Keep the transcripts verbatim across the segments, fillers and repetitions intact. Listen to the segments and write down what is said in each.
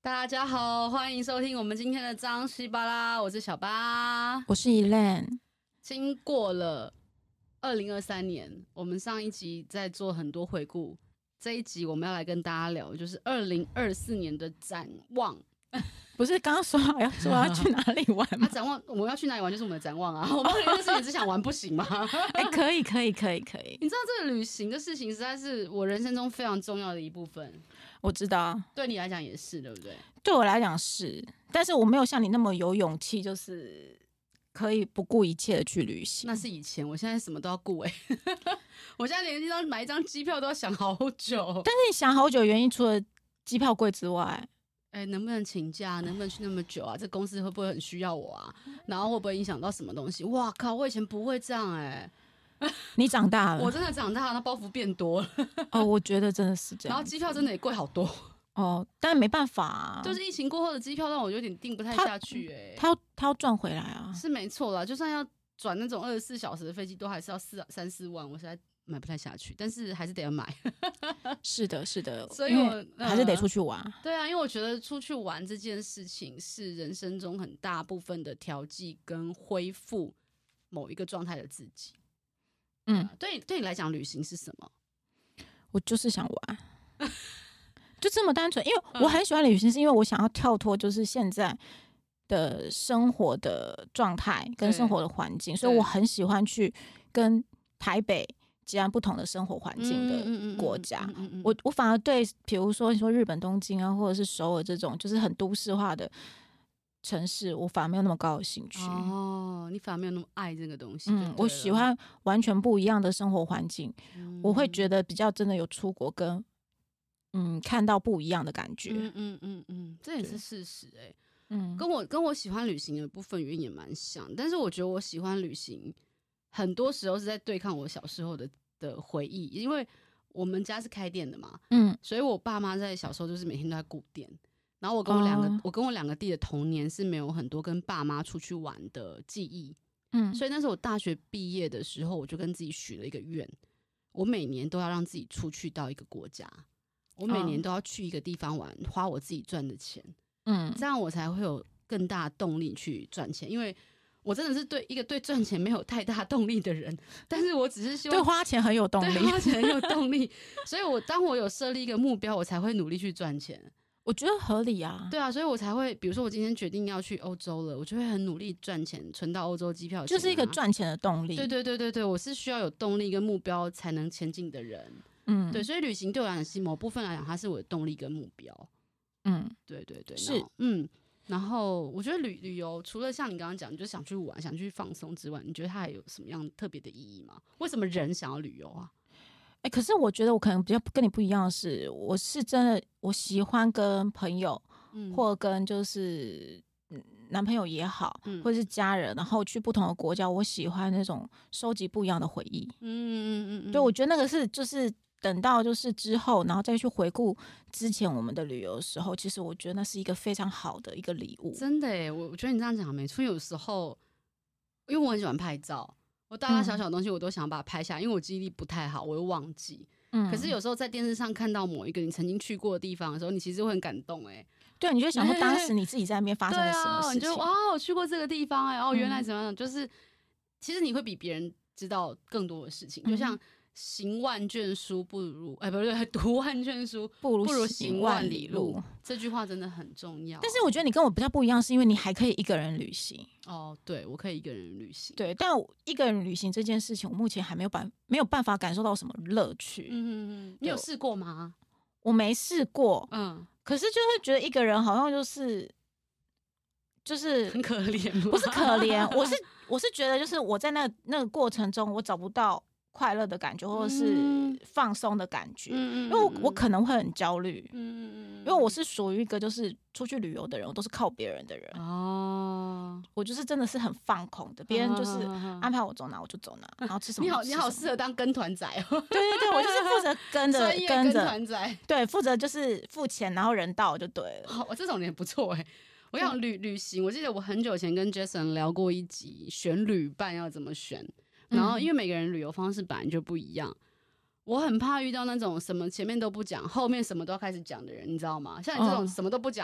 大家好，欢迎收听我们今天的张西巴拉，我是小巴， 我是 Elaine。 经过了二零二三年，我们上一集在做很多回顾，这一集我们要来跟大家聊，就是二零二四年的展望。 不是刚刚说好要说要去哪里玩吗？ 啊、展望我们要去哪里玩就是我们的展望啊！我们二零二四年只想玩不行吗？ 哎、欸，可以，可以，可以，可以。 你知道这个旅行的事情实在是我人生中非常重要的一部分。 我知道， 对你来讲也是，对不对？ 对我来讲是，但是我没有像你那么有勇气，就是可以不顾一切的去旅行。 那是以前，我现在什么都要顾哎、欸！我现在连一张买一张机票都要想好久。 但是你想好久，原因除了机票贵之外。 哎、欸，能不能请假？能不能去那么久啊？这公司会不会很需要我啊？然后会不会影响到什么东西？哇靠！我以前不会这样哎、 欸。你长大了， 我真的长大了，那包袱变多了。 哦，我觉得真的是这样。 然后机票真的也贵好多。 哦，但是没办法啊， 就是疫情过后的机票让我有点订不太下去哎、欸。 他要他要赚回来啊， 是没错啦。就算要转那种二十四小时的飞机，都还是要四三四万，我实在买不太下去，但是还是得要买。 是的，是的， 所以我、呃、 还是得出去玩。 对啊，因为我觉得出去玩这件事情是人生中很大部分的调剂跟恢复某一个状态的自己。嗯，呃、对对你来讲，旅行是什么？ 我就是想玩，就这么单纯。因为我很喜欢旅行，是因为我想要跳脱，就是现在的生活的状态跟生活的环境，所以我很喜欢去跟台北截然不同的生活环境的国家。我我反而对，比如说你说日本东京啊，或者是首尔这种就是很都市化的城市，我反而没有那么高的兴趣。 哦，你反而没有那么爱这个东西。 嗯，我喜欢完全不一样的生活环境，嗯、我会觉得比较真的有出国跟嗯看到不一样的感觉。 嗯嗯嗯嗯，这也是事实哎、欸。嗯，跟我跟我喜欢旅行的部分原因也蛮像，但是我觉得我喜欢旅行。很多时候是在对抗我小时候的的回忆，因为我们家是开店的嘛，嗯，所以我爸妈在小时候就是每天都在顾店，然后我跟我两个、哦、我跟我两个弟的童年是没有很多跟爸妈出去玩的记忆，嗯，所以那时候我大学毕业的时候，我就跟自己许了一个愿，我每年都要让自己出去到一个国家，我每年都要去一个地方玩，花我自己赚的钱，嗯，这样我才会有更大的动力去赚钱，因为我真的是对一个对赚钱没有太大动力的人，但是我只是希望对花钱很有动力， 对花钱很有动力，所以我当我有设立一个目标，我才会努力去赚钱。 我觉得合理啊， 对啊，所以我才会，比如说我今天决定要去欧洲了，我就会很努力赚钱，存到欧洲机票钱、啊， 就是一个赚钱的动力。 对对对对对，我是需要有动力跟目标才能前进的人。嗯，对，所以旅行对我来讲是某部分来讲，它是我的动力跟目标。嗯，对对对， 是嗯。然后我觉得旅旅游除了像你刚刚讲，你就想去玩、想去放松之外，你觉得它还有什么样特别的意义吗？为什么人想要旅游啊？ 哎、欸，可是我觉得我可能比较跟你不一样的是，我是真的我喜欢跟朋友，嗯、或跟就是男朋友也好，嗯、或者是家人，然后去不同的国家，我喜欢那种收集不一样的回忆。嗯嗯嗯，对，我觉得那个是就是。等到就是之后，然后再去回顾之前我们的旅游的时候，其实我觉得那是一个非常好的一个礼物。 真的耶，我我觉得你这样讲没错。有时候，因为我很喜欢拍照，我大大小小的东西我都想把它拍下来，嗯、因为我记忆力不太好，我会忘记。嗯，可是有时候在电视上看到某一个你曾经去过的地方的时候，你其实会很感动哎。 对，你就想说当时你自己在那边发生了什么事情， 对啊、你就哇，我去过这个地方哎，哦，原来怎么样？嗯、就是其实你会比别人知道更多的事情，就像。嗯行万卷书不如哎，不对，读万卷书不如不如行万万里路。 这句话真的很重要。 但是我觉得你跟我比较不一样，是因为你还可以一个人旅行。 哦，对，我可以一个人旅行。 对，但我一个人旅行这件事情，我目前还没有办没有办法感受到什么乐趣。 嗯嗯，你有试过吗？ 我没试过。嗯，可是就会觉得一个人好像就是就是很可怜， 不是可怜，我是我是觉得就是我在那那个过程中，我找不到。快乐的感觉，或者是放松的感觉，嗯、因为 我, 我可能会很焦虑，嗯、因为我是属于一个就是出去旅游的人，我都是靠别人的人哦，我就是真的是很放空的，别人就是安排我走哪我就走哪，然后吃什么。 你好，你好适合当跟团仔哦。 对对对，我就是负责跟着跟着团仔， 对，负责就是付钱，然后人到就对了。 好，我这种人也不错哎。我想旅旅行，我记得我很久以前跟 Jason 聊过一集，选旅伴要怎么选。然后因为每个人旅游方式本来就不一样，我很怕遇到那种什么前面都不讲，后面什么都要开始讲的人，你知道吗？像你这种什么都不讲，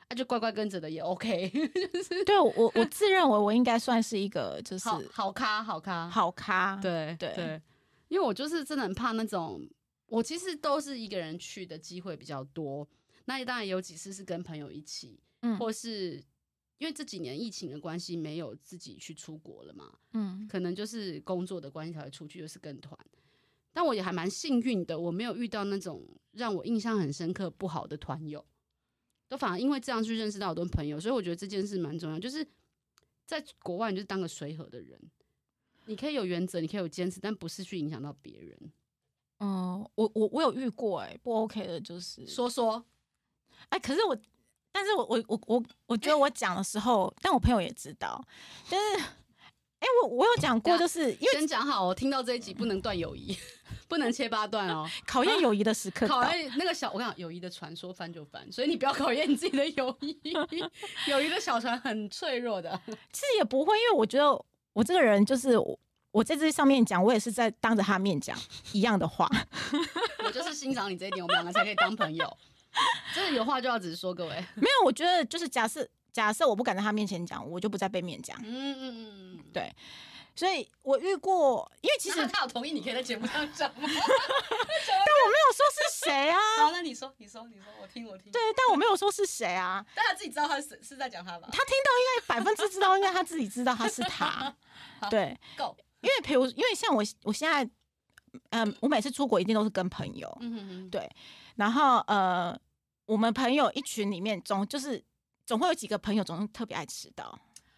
啊，就乖乖跟着的也 OK 就是。 对我，我自认为我应该算是一个就是好好咖，好咖， 好咖。 对对对，因为我就是真的很怕那种，我其实都是一个人去的机会比较多。那当然有几次是跟朋友一起，嗯，或是因为这几年疫情的关系，没有自己去出国了嘛，嗯，可能就是工作的关系才会出去，又是跟团。但我也还蛮幸运的，我没有遇到那种让我印象很深刻不好的团友，都反而因为这样去认识到很多朋友，所以我觉得这件事蛮重要。就是在国外，你就当个随和的人，你可以有原则，你可以有坚持，但不是去影响到别人。 嗯，我我我有遇过哎、欸，不 OK 的，就是说说。 哎，可是我，但是我我我我我觉得我讲的时候，但我朋友也知道，但是，哎，我我有讲过，就是因为先讲好，我听到这一集不能断友谊，不能切八段哦， 考验友谊的时刻， 考验那个小，我跟你讲，友谊的船说翻就翻，所以你不要考验你自己的友谊，友谊的小船很脆弱的。 其实也不会，因为我觉得我这个人就是我。我在这上面讲，我也是在当着他面讲一样的话。 我就是欣赏你这一点，我们两个才可以当朋友。真的有话就要直说，各位。 没有，我觉得就是假设假设我不敢在他面前讲，我就不在背面讲。嗯嗯嗯，对。所以我遇过，因为其实他, 他有同意你可以在节目上讲吗？但我没有说是谁啊。 好，那你说，你说，你说，我听，我听。 对，但我没有说是谁啊。 但他自己知道他是是在讲他吧？ 他听到应该百分之知道，应该他自己知道他是他。对， 够。 因为比如，因为像我，我现在，嗯，我每次出国一定都是跟朋友，嗯哼哼，对，然后呃，我们朋友一群里面总就是总会有几个朋友总是特别爱迟到。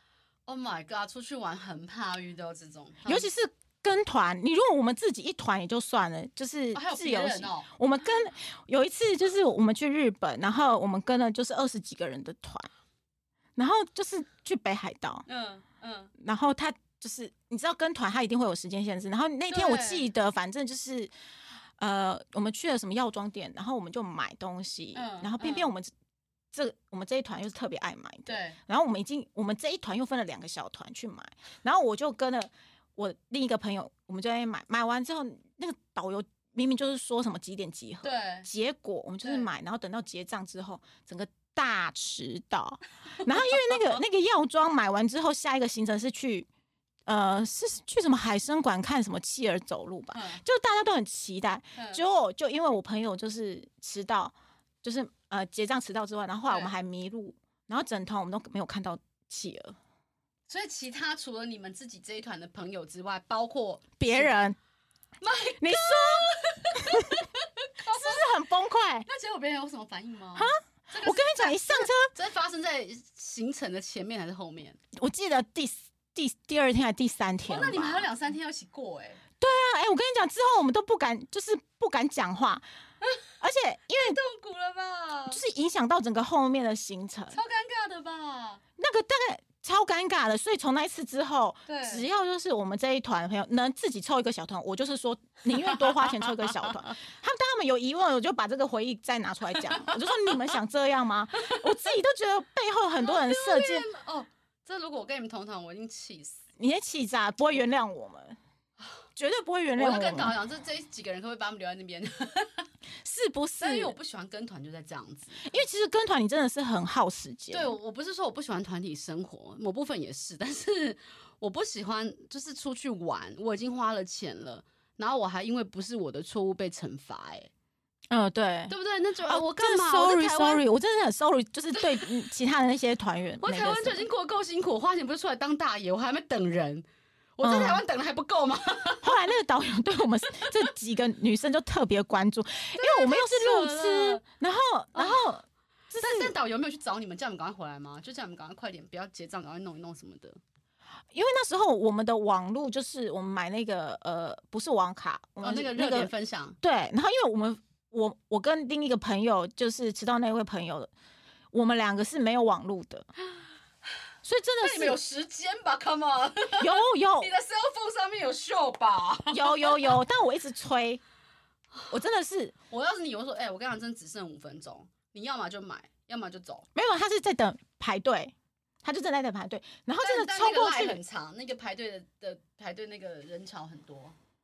Oh my god！ 出去玩很怕遇到这种， 尤其是跟团。你如果我们自己一团也就算了，就是自由行。 哦哦、 我们跟有一次就是我们去日本，然后我们跟了就是二十几个人的团，然后就是去北海道，嗯嗯，然后他。就是你知道跟团他一定会有时间限制，然后那天我记得反正就是呃我们去了什么药妆店，然后我们就买东西，嗯、然后偏偏我们、嗯、这我们这一团又是特别爱买的， 对， 然后我们已经我们这一团又分了两个小团去买，然后我就跟了我另一个朋友，我们就在那边买，买完之后那个导游明明就是说什么几点集合， 对， 结果我们就是买，然后等到结账之后整个大迟到，然后因为那个那个药妆买完之后，下一个行程是去。呃，是去什么海参馆看什么企鹅走路吧，嗯、就大家都很期待。嗯、结果就因为我朋友就是迟到，就是呃结账迟到之外，然后后来我们还迷路，然后整团我们都没有看到企鹅。 所以其他除了你们自己这一团的朋友之外，包括别人，你说是不是很崩溃？ 那结果别人有什么反应吗？ 哈，我跟你讲，一上车， 这是发生在行程的前面还是后面？ 我记得第。第第二天还是第三天、哦？ 那你们还有两三天要一起过哎、欸。 对啊，哎、欸，我跟你讲，之后我们都不敢，就是不敢讲话，而且因为痛苦了吧， 就是影响到整个后面的行程， 超尴尬的吧？那个大概超尴尬的，所以从那一次之后，只要就是我们这一团朋友能自己凑一个小团，我就是说宁愿多花钱凑一个小团。他们当他们有疑问，我就把这个回忆再拿出来讲，我就说你们想这样吗？我自己都觉得背后很多人设计哦。这如果我跟你们同团，我一定气死！ 你会气炸，不会原谅我们，绝对不会原谅我们。 我就跟导游讲，这这几个人可不可以把他们留在那边？ 是不是？ 因为我不喜欢跟团，就在这样子。 因为其实跟团你真的是很耗时间。 对，我不是说我不喜欢团体生活，某部分也是，但是我不喜欢就是出去玩，我已经花了钱了，然后我还因为不是我的错误被惩罚、欸，哎。 嗯，对， 对不对？那就、啊、我干嘛 ？Sorry Sorry， 我真的很 sorry， 就是对其他的那些团员。 我台湾就已经过得够辛苦，我花钱不是出来当大爷，我还没等人，我在台湾等的还不够吗？ 嗯、后来那个导游对我们这几个女生就特别关注，因为我们又是路痴，然后然后、就是， 但但导游没有去找你们，叫你们赶快回来吗？就叫你们赶快快点，不要结账，赶快弄一弄什么的。 因为那时候我们的网路就是我们买那个呃，不是网卡，我们、 哦、那个热点分享。 对，然后因为我们。我我跟另一个朋友，就是迟到那位朋友，我们两个是没有网路的，所以真的是你们有时间吧 ？Come on， 有有， 你的 cell phone 上面有 show 吧？ 有有有，但我一直催，我真的是， 我要是你，我说，哎、欸，我跟你讲，真只剩五分钟，你要么就买，要么就走。 没有，他是在等排队，他就正在等排队，然后真的超过去很长，那个排队的的排队那个人潮很多。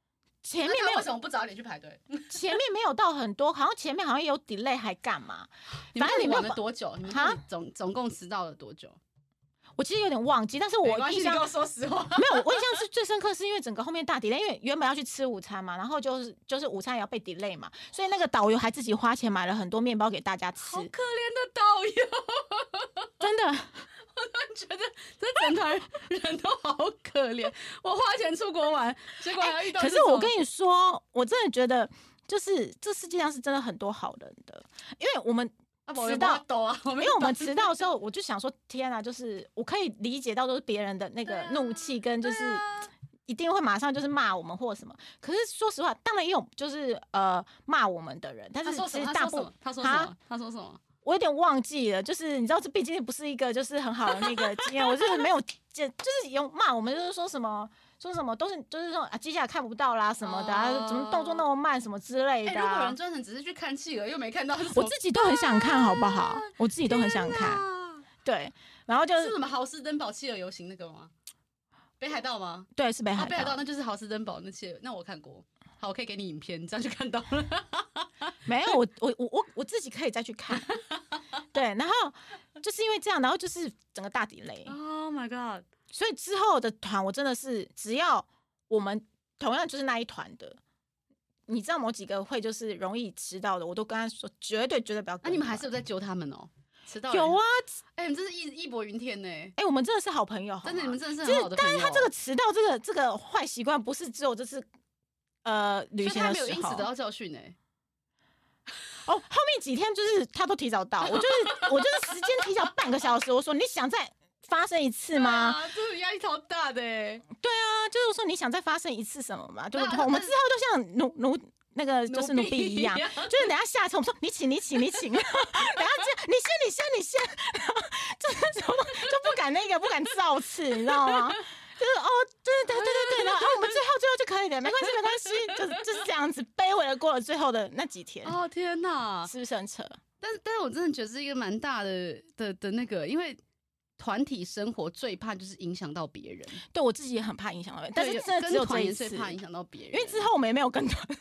前面没有为什么不早点去排队？ 前面没有到很多，好像前面好像有 delay 还干嘛？ 反正你们玩了多久？你们总总共迟到了多久？ 我其实有点忘记，但是我印象， 你跟我说实话， 没有，我印象是最深刻，是因为整个后面大 delay， 因为原本要去吃午餐嘛，然后就是就是午餐也要被 delay 嘛，所以那个导游还自己花钱买了很多面包给大家吃。 好可怜的导游， 真的， 我突然觉得这整团人都好可怜。我花钱出国玩，结果还要遇到、 欸。可是我跟你说，我真的觉得，就是这世界上是真的很多好人的，因为我们。迟到， 啊、 因为我们迟到的时候，我就想说，天啊，就是我可以理解到都是别人的那个怒气，跟就是一定会马上就是骂我们或什么。可是说实话，当然也有就是呃骂我们的人，但是其实大部分他说什么？他说什么？ 我有点忘记了，就是你知道，这毕竟不是一个就是很好的那个经验，我就是没有，就是有骂我们，就是说什么。说什么都是就是说啊，机甲看不到啦什么的、啊，oh. 怎么動作那么慢什么之类的、啊。 欸、如果有人专程只是去看企鹅，又没看到， 我自己都很想看，好不好？我自己都很想看。对，然后就是什么豪斯登堡企鹅游行那个吗？北海道吗？ 对，是北海道。 啊、北海道那就是豪斯登堡那企鹅，那我看过。好，我可以给你影片，你这样就看到了。 没有，我我我我我自己可以再去看。对，然后就是因为这样，然后就是整个大delay。 Oh my god！ 所以之后的团，我真的是只要我们同样就是那一团的，你知道某几个会就是容易迟到的，我都跟他说绝对绝对不要跟。 那、啊、你们还是有在揪他们哦？迟到有啊， 哎、欸，你们真是义义薄云天呢。哎、 欸，我们真的是好朋友， 真的，你们真的是很好的朋友。 但是他这个迟到这个这个坏习惯，不是只有这次呃旅行的时候， 所以他没有因此得到教训哎。 哦，后面几天就是他都提早到，我就是我就是时间提早半个小时。我说你想再发生一次吗？ 啊，这个压力超大的哎。 对啊，就是说你想再发生一次什么嘛？对不对？我们之后都像奴奴那个就是奴婢一样，就是等下下车我们说你请你请你请，等下这你先你先你先，就是什么就不敢那个不敢造次，你知道吗？就是哦，对对对对对，然后、啊、我们最后最后就可以了，没关系没关系，就是就是这样子卑微的过了最后的那几天。 哦天哪， 是不是很扯？ 但是但是我真的觉得是一个蛮大的的的那个，因为团体生活最怕就是影响到别人。 对我自己也很怕影响到别人，但是真的只有这一次最怕影响到别人， 因为之后我们也没有跟团。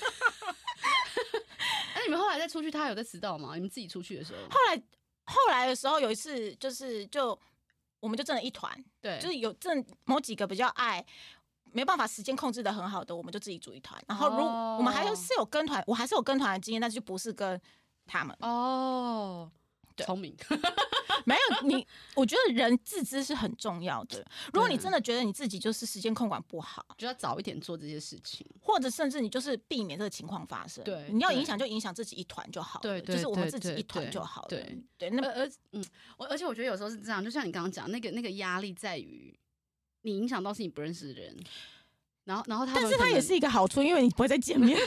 那你们后来再出去，他有在迟到吗？你们自己出去的时候？ 后来后来的时候有一次就是就。我们就真的一团， 对， 就是有正某几个比较爱没办法时间控制的很好的，我们就自己组一团。然后如、oh. 我们还是有跟团，我还是有跟团的经验，但是就不是跟他们。 哦，聪明。 没有你，我觉得人自知是很重要的。如果你真的觉得你自己就是时间控管不好， 就要早一点做这些事情， 或者甚至你就是避免这个情况发生。 对， 你要影响就影响自己一团就好了。 对， 就是我们自己一团就好了。 对对，那而嗯，我而且我觉得有时候是这样，就像你刚刚讲那个那个压力在于你影响到是你不认识的人，然后然后他， 但是他也是一个好处，因为你不会再见面。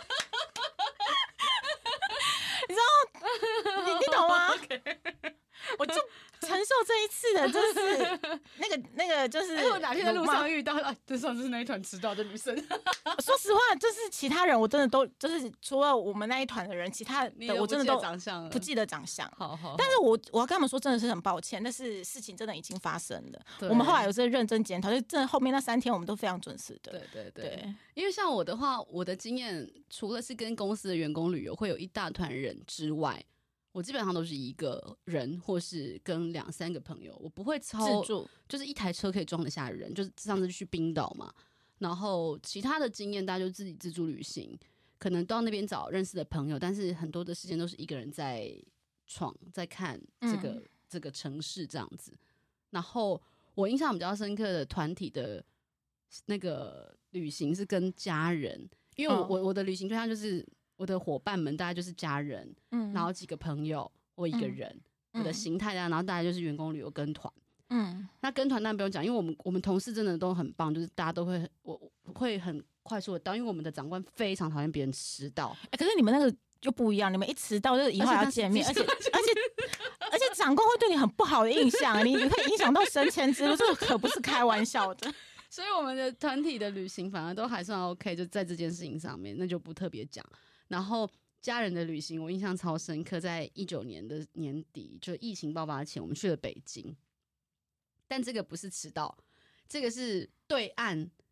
你知道，你你懂吗？ okay. 我就承受这一次的，就是那个那个，就是、 欸、我哪天在路上遇到啊，这上次是那一团迟到的女生。 说实话，就是其他人我真的都就是除了我们那一团的人，其他的我真的都不记得长相。 好好， 但是我我要跟他们说，真的是很抱歉，但是事情真的已经发生了。我们后来有在认真检讨，就真的后面那三天我们都非常准时的。 对对 对, 對，因为像我的话，我的经验除了是跟公司的员工旅游会有一大团人之外。我基本上都是一个人，或是跟两三个朋友，我不会超自助， 就是一台车可以装得下的人。就是上次去冰岛嘛，然后其他的经验大家就自己自助旅行，可能到那边找认识的朋友，但是很多的时间都是一个人在闯，在看这个、嗯、这个城市这样子。然后我印象比较深刻的团体的那个旅行是跟家人，因为我、嗯、我我的旅行对象就是我的伙伴们，大概就是家人，嗯，然后几个朋友，我一个人，嗯、我的形态啊，然后大概就是员工旅游跟团，嗯，那跟团当然不用讲，因为我们我们同事真的都很棒，就是大家都会我会很快速的到，因为我们的长官非常讨厌别人迟到、 欸，可是你们那个就不一样，你们一迟到就是以后还要见面，而且而且而且, 而且长官会对你很不好的印象，你你会影响到升迁之路，这个可不是开玩笑的。 所以我们的团体的旅行反而都还算 OK， 就在这件事情上面，那就不特别讲。然后家人的旅行，我印象超深刻，在一九年的年底，就疫情爆发前，我们去了北京。但这个不是迟到，这个是对岸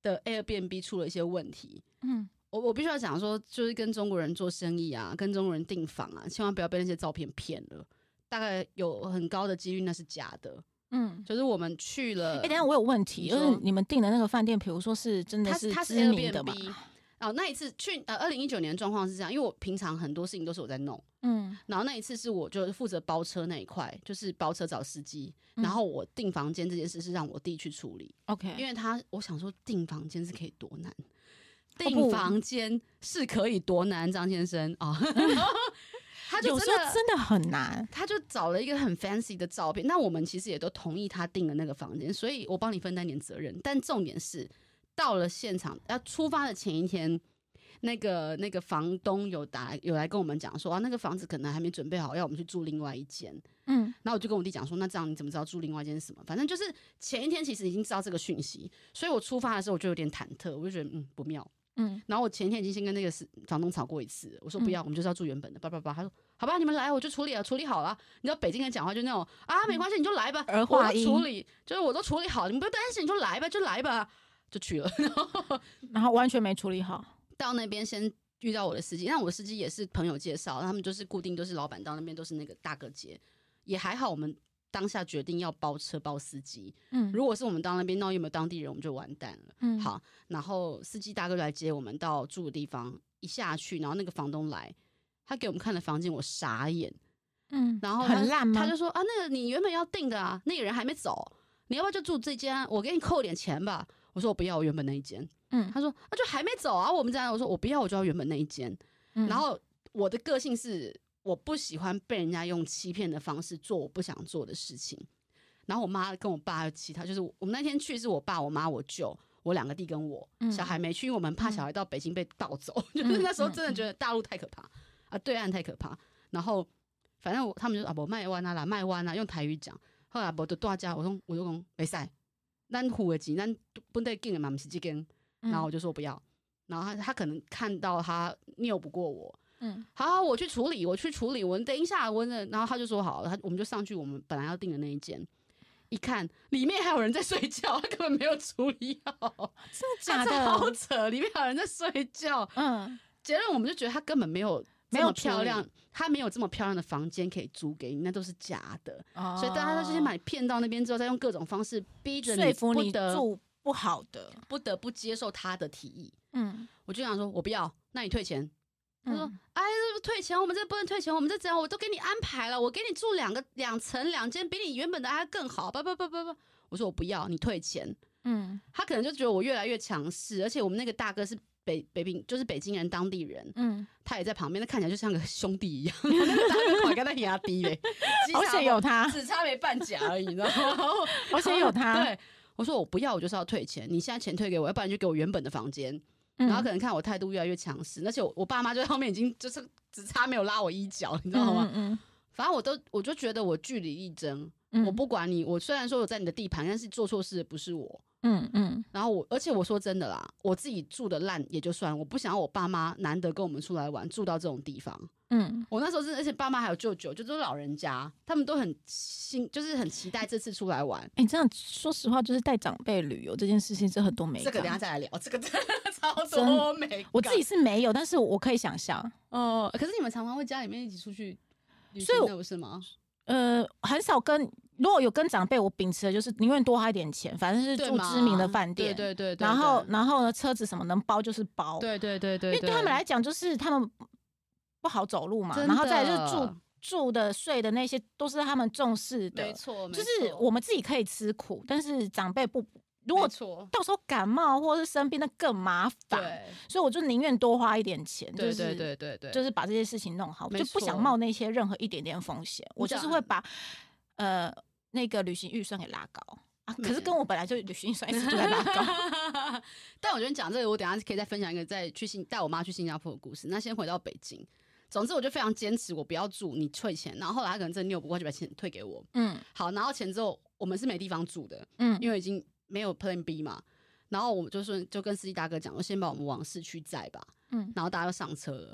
的 Airbnb 出了一些问题。嗯，我我必须要讲说，就是跟中国人做生意啊，跟中国人订房啊，千万不要被那些照片骗了，大概有很高的几率那是假的。嗯，就是我们去了。哎、 欸，等一下我有问题，就是你们订的那个饭店，比如说是真的是知名的吗？ 哦，那一次去呃，二零一九年的状况是这样，因为我平常很多事情都是我在弄，嗯，然后那一次是我就负责包车那一块，就是包车找司机，嗯、然后我订房间这件事是让我弟去处理 ，OK， 因为他我想说订房间是可以多难，订房间是可以多难，张先生啊。哦他就有时候真的很难， 他就找了一个很 fancy 的照片。那我们其实也都同意他订了那个房间，所以我帮你分担点责任。但重点是，到了现场要出发的前一天，那个那个房东有打有来跟我们讲说啊，那个房子可能还没准备好，要我们去住另外一间。嗯，然后我就跟我弟讲说，那这样你怎么知道住另外一间是什么？反正就是前一天其实已经知道这个讯息，所以我出发的时候我就有点忐忑，我就觉得嗯不妙。嗯，然后我前一天已经先跟那个房东吵过一次，我说不要，嗯、我们就是要住原本的，叭叭叭。他说好吧，你们来，我就处理了，处理好了。你知道北京人讲话就那种啊，没关系，你就来吧， 儿化音， 我都处理，就是我都处理好，你们不用担心，你就来吧，就来吧，就去了。然后然后完全没处理好， 到那边先遇到我的司机，那我的司机也是朋友介绍，他们就是固定都是老板到那边都是那个大哥接，也还好我们。当下决定要包车包司机，嗯，如果是我们到那边，那有没有当地人，我们就完蛋了。嗯，好，然后司机大哥就来接我们到住的地方，一下去，然后那个房东来，他给我们看了房间，我傻眼，嗯，然后很烂吗？ 他就说啊，那个你原本要订的啊，那个人还没走，你要不要就住这间？我给你扣点钱吧。我说我不要，我原本那一间。嗯，他说啊，就还没走啊，我们这样。我说我不要，我就要原本那一间。嗯，然后我的个性是。我不喜欢被人家用欺骗的方式做我不想做的事情。然后我妈跟我爸还有其他，就是我们那天去是我爸、我妈、我舅，我两个弟跟我，嗯、小孩没去，因为我们怕小孩到北京被盗走，嗯、就是那时候真的觉得大陆太可怕、嗯、啊，对岸太可怕。然后反正我他们就啊，不卖湾啊啦，卖湾啊，用台语讲。后来我就大家，我说我就讲没使，咱付的钱，咱本地进的嘛不是这间，然后我就说不要。然后他他可能看到他拗不过我。嗯，好, 好，我去处理，我去处理，我等一下，我然后他就说好了，他我们就上去我们本来要订的那一间，一看里面还有人在睡觉，他根本没有处理好， 真的假的？ 好扯，里面还有人在睡觉。嗯，结论我们就觉得他根本没有这么漂亮，他没有这么漂亮的房间可以租给你，那都是假的。哦、所以大家都先把你骗到那边之后，再用各种方式逼着你说服你住不好的， 不得不接受他的提议。嗯，我就想说我不要，那你退钱。他说：“哎，这退钱，我们这不能退钱，我们这怎样？我都给你安排了，我给你住两个两层两间，比你原本的还更好。不不不不不，我说我不要，你退钱。嗯，他可能就觉得我越来越强势，而且我们那个大哥是北北平，就是北京人当地人，嗯，他也在旁边，他看起来就像个兄弟一样。那个大哥款跟他压低嘞， 而且有他， 只差没半甲而已，你知道吗？ 而且有他， 对，我说我不要，我就是要退钱，你现在钱退给我，要不然就给我原本的房间。”然后可能看我态度越来越强势，而且 我, 我爸妈就在后面已经就是只差没有拉我衣角，你知道吗？嗯嗯、反正我都我就觉得我据理力争，嗯、我不管你，我虽然说我在你的地盘，但是做错事的不是我。嗯嗯。然后我，而且我说真的啦，我自己住的烂也就算，我不想要我爸妈难得跟我们出来玩，住到这种地方。嗯，我那时候是，而且爸妈还有舅舅，就都是老人家，他们都很心，就是很期待这次出来玩。 哎、欸，这样说实话，就是带长辈旅游这件事情，是很多美感。 这个等一下再来聊，这个真的超多美感。 我自己是没有，但是我可以想象。 哦、呃，可是你们常常会家里面一起出去旅行的，不是吗？ 呃，很少跟。如果有跟长辈，我秉持的就是宁愿多花一点钱，反正是住知名的饭店， 对 对, 对, 对, 对。 然后，然后呢，车子什么能包就是包， 对对对 对, 对。 因为对他们来讲，就是他们不好走路嘛，然后再来就是住住的、睡的那些都是他们重视的， 没错。 就是我们自己可以吃苦，但是长辈不。如果到时候感冒或是生病，那更麻烦。对，所以我就宁愿多花一点钱， 对对对对对， 就是把这些事情弄好，就不想冒那些任何一点点风险。我就是会把呃。那个旅行预算给拉高啊，可是跟我本来就旅行预算一直都在拉高。 但我觉得讲这个，我等一下可以再分享一个在去新带我妈去新加坡的故事。那先回到北京，总之我就非常坚持，我不要住，你退钱。然后后来他可能真的拗不过，就把钱退给我。嗯，好，拿到钱之后，我们是没地方住的，嗯，因为已经没有 Plan B 嘛。然后我就说，就跟司机大哥讲，我先把我们往市区载吧。嗯，然后大家就上车了。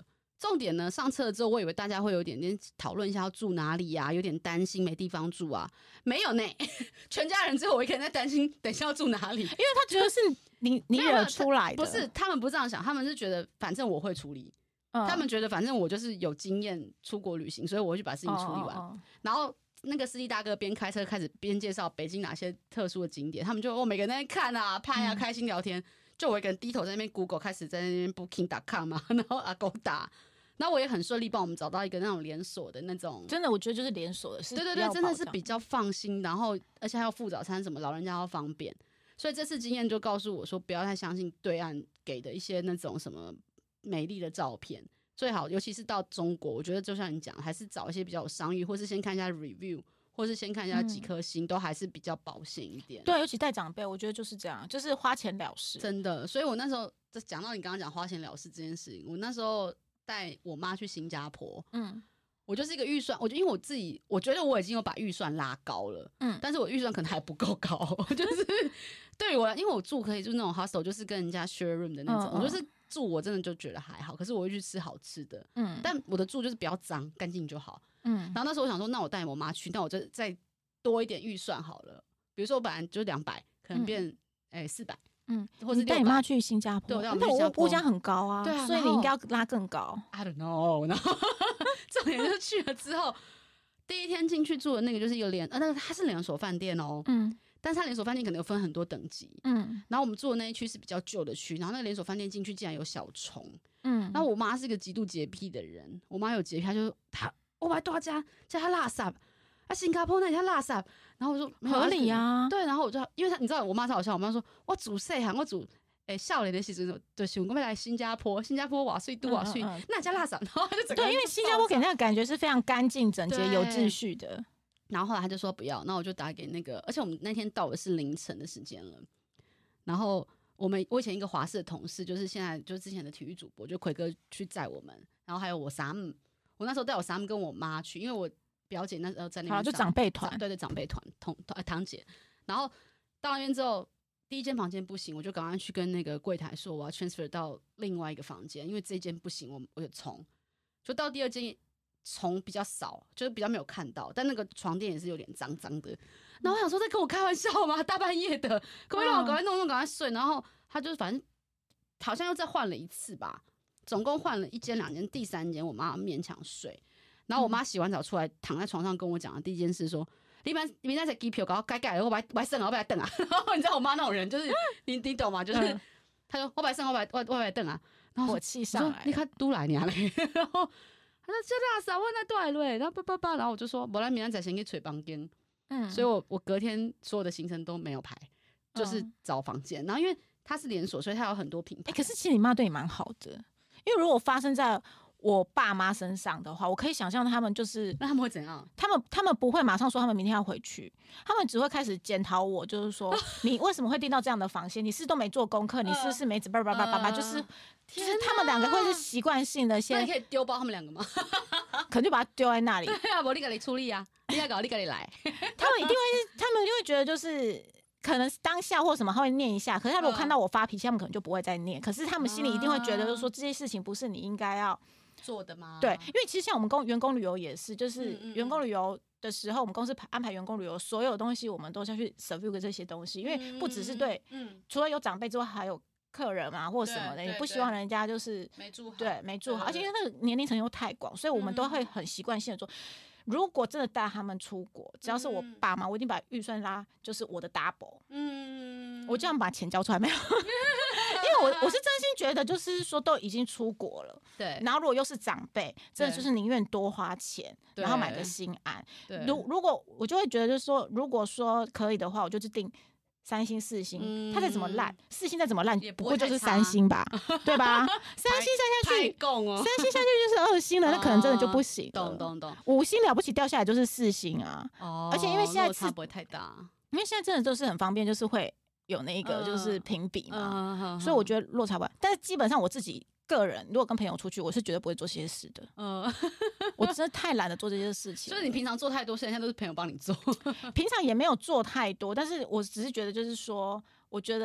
重点呢，上车了之后，我以为大家会有点点讨论一下要住哪里啊，有点担心没地方住啊，没有呢，全家人只有我一个人在担心，等一下要住哪里，因为他觉得是你你惹出来的， 不是他们不这样想，他们是觉得反正我会处理，嗯、他们觉得反正我就是有经验出国旅行，所以我会去把事情处理完，哦哦哦然后。那个司机大哥边开车开始边介绍北京哪些特殊的景点，他们就哦每个人在那看啊拍啊、嗯、开心聊天，就我一个人低头在那边 Google 开始在那边 Booking 点 com 嘛，然后 Agoda， 然后我也很顺利帮我们找到一个那种连锁的那种， 真的我觉得就是连锁的是， 对对对，真的是比较放心，然后而且还有附早餐什么，老人家要方便，所以这次经验就告诉我说，不要太相信对岸给的一些那种什么美丽的照片。最好，尤其是到中国，我觉得就像你讲，还是找一些比较有商誉，或是先看一下 review， 或是先看一下几颗星，嗯、都还是比较保险一点。 对，尤其带长辈，我觉得就是这样，就是花钱了事。 真的，所以我那时候讲到你刚刚讲花钱了事这件事情，我那时候带我妈去新加坡，嗯，我就是一个预算，我就因为我自己，我觉得我已经有把预算拉高了，嗯，但是我预算可能还不够高，就是对于我，因为我住可以就是那种 hostel， 就是跟人家 share room 的那种，嗯、我就是。住我真的就觉得还好，可是我会去吃好吃的，嗯，但我的住就是比较脏，干净就好，嗯。然后那时候我想说，那我带我妈去，那我就再多一点预算好了。比如说我本来就两百，可能变哎四百，嗯，或是带你妈去新加坡， 对，我带我去新加坡， 物价很高啊，对啊，所以你应该要拉更高。 I don't know， 然后重点就是去了之后，第一天进去住的那个就是一个连，呃，那个它是连锁饭店哦，嗯。但是它连锁饭店可能有分很多等级，嗯，然后我们住的那一区是比较旧的区，然后那个连锁饭店进去竟然有小虫，嗯，然后我妈是一个极度洁癖的人，我妈有洁癖，她就她我把大家叫她垃圾，啊，新加坡那叫垃圾，然后我说合理啊， 对，然后我就因为她你知道我妈超好笑，我妈说我煮细汉我煮诶少年的时阵就想讲要来新加坡，新加坡瓦水都瓦水，嗯嗯那叫垃圾，然后就整个对，因为新加坡给人家感觉是非常干净、整洁、有秩序的。 然后后来他就说不要，那我就打给那个，而且我们那天到的是凌晨的时间了。然后我们我以前一个华视的同事，就是现在就是之前的体育主播，就奎哥去载我们，然后还有我Sam，我那时候带我Sam跟我妈去，因为我表姐那时候在那边， 就长辈团， 对对，长辈团同堂姐。然后到那边之后，第一间房间不行，我就赶快去跟那个柜台说我要 transfer 到另外一个房间，因为这间不行，我我就冲，就到第二间。虫比较少，就是比较没有看到，但那个床垫也是有点脏脏的。然后我想说，在跟我开玩笑吗？大半夜的，可不可以让我赶快弄弄，赶快睡？然后他就是反正好像又再换了一次吧，总共换了一间、两间，第三间我妈勉强睡。然后我妈洗完澡出来，躺在床上跟我讲的第一件事说：“你们你们在机票搞改改了，我白白剩啊，我白等啊。”然后你知道我妈那种人，就是你你懂吗？就是她说我白剩，我白我我白等啊。然后我气上来， 你看都来你啊嘞，然后。他说：“这垃圾，我那都来了。”然后叭叭叭，然后我就说：“我来明天再先去找房间。”嗯，所以我我隔天所有的行程都没有排，就是找房间。嗯、然后因为它是连锁，所以它有很多品牌。 欸、可是其实你妈对你蛮好的，因为如果发生在我爸妈身上的话，我可以想象他们就是那他们会怎样？ 他们他们不会马上说他们明天要回去，他们只会开始检讨我，就是说你为什么会订到这样的房间？你是都没做功课，你是不是没叭叭叭叭叭，就是就是他们两个会是习惯性的先。 那你可以丢包他们两个吗？ 可能就把它丢在那里。 对啊，我你给你处理啊，你要搞你给你来。 他们一定会，他们就会觉得就是可能当下或什么他会念一下，可是他如果看到我发脾气，他们可能就不会再念。可是他们心里一定会觉得，就是说这些事情不是你应该要做的吗？ 对，因为其实像我们公员工旅游也是，就是员工旅游的时候，我们公司安排员工旅游，所有东西我们都是要去 survey 这些东西，因为不只是对，嗯，除了有长辈之外，还有客人嘛或什么的，你不希望人家就是没住好， 对，没住好，而且因为那个年龄层又太广，所以我们都会很习惯性的做。如果真的带他们出国，只要是我爸妈，我一定把预算拉，就是我的 double， 嗯，我这样把钱交出来没有？因为我我是真心觉得，就是说都已经出国了， 对， 然后如果又是长辈，真的就是宁愿多花钱，然后买个心安。如如果我就会觉得，就是说，如果说可以的话，我就是定三星、四星，嗯、它再怎么烂，四星再怎么烂，不过就是三星吧，对吧？三星下下去， 哦、 三星下去就是二星了，那可能真的就不行。 懂懂懂， 五星了不起掉下来就是四星啊。哦，而且因为现在差不会太大， 因为现在真的都是很方便，就是会有那个就是评比嘛，uh, uh, uh, uh, 所以我觉得落差不大。但是基本上我自己个人，如果跟朋友出去，我是绝对不会做这些事的。嗯， uh, 我真的太懒得做这些事情。 所以你平常做太多，现在都是朋友帮你做。 平常也没有做太多，但是我只是觉得，就是说，我觉得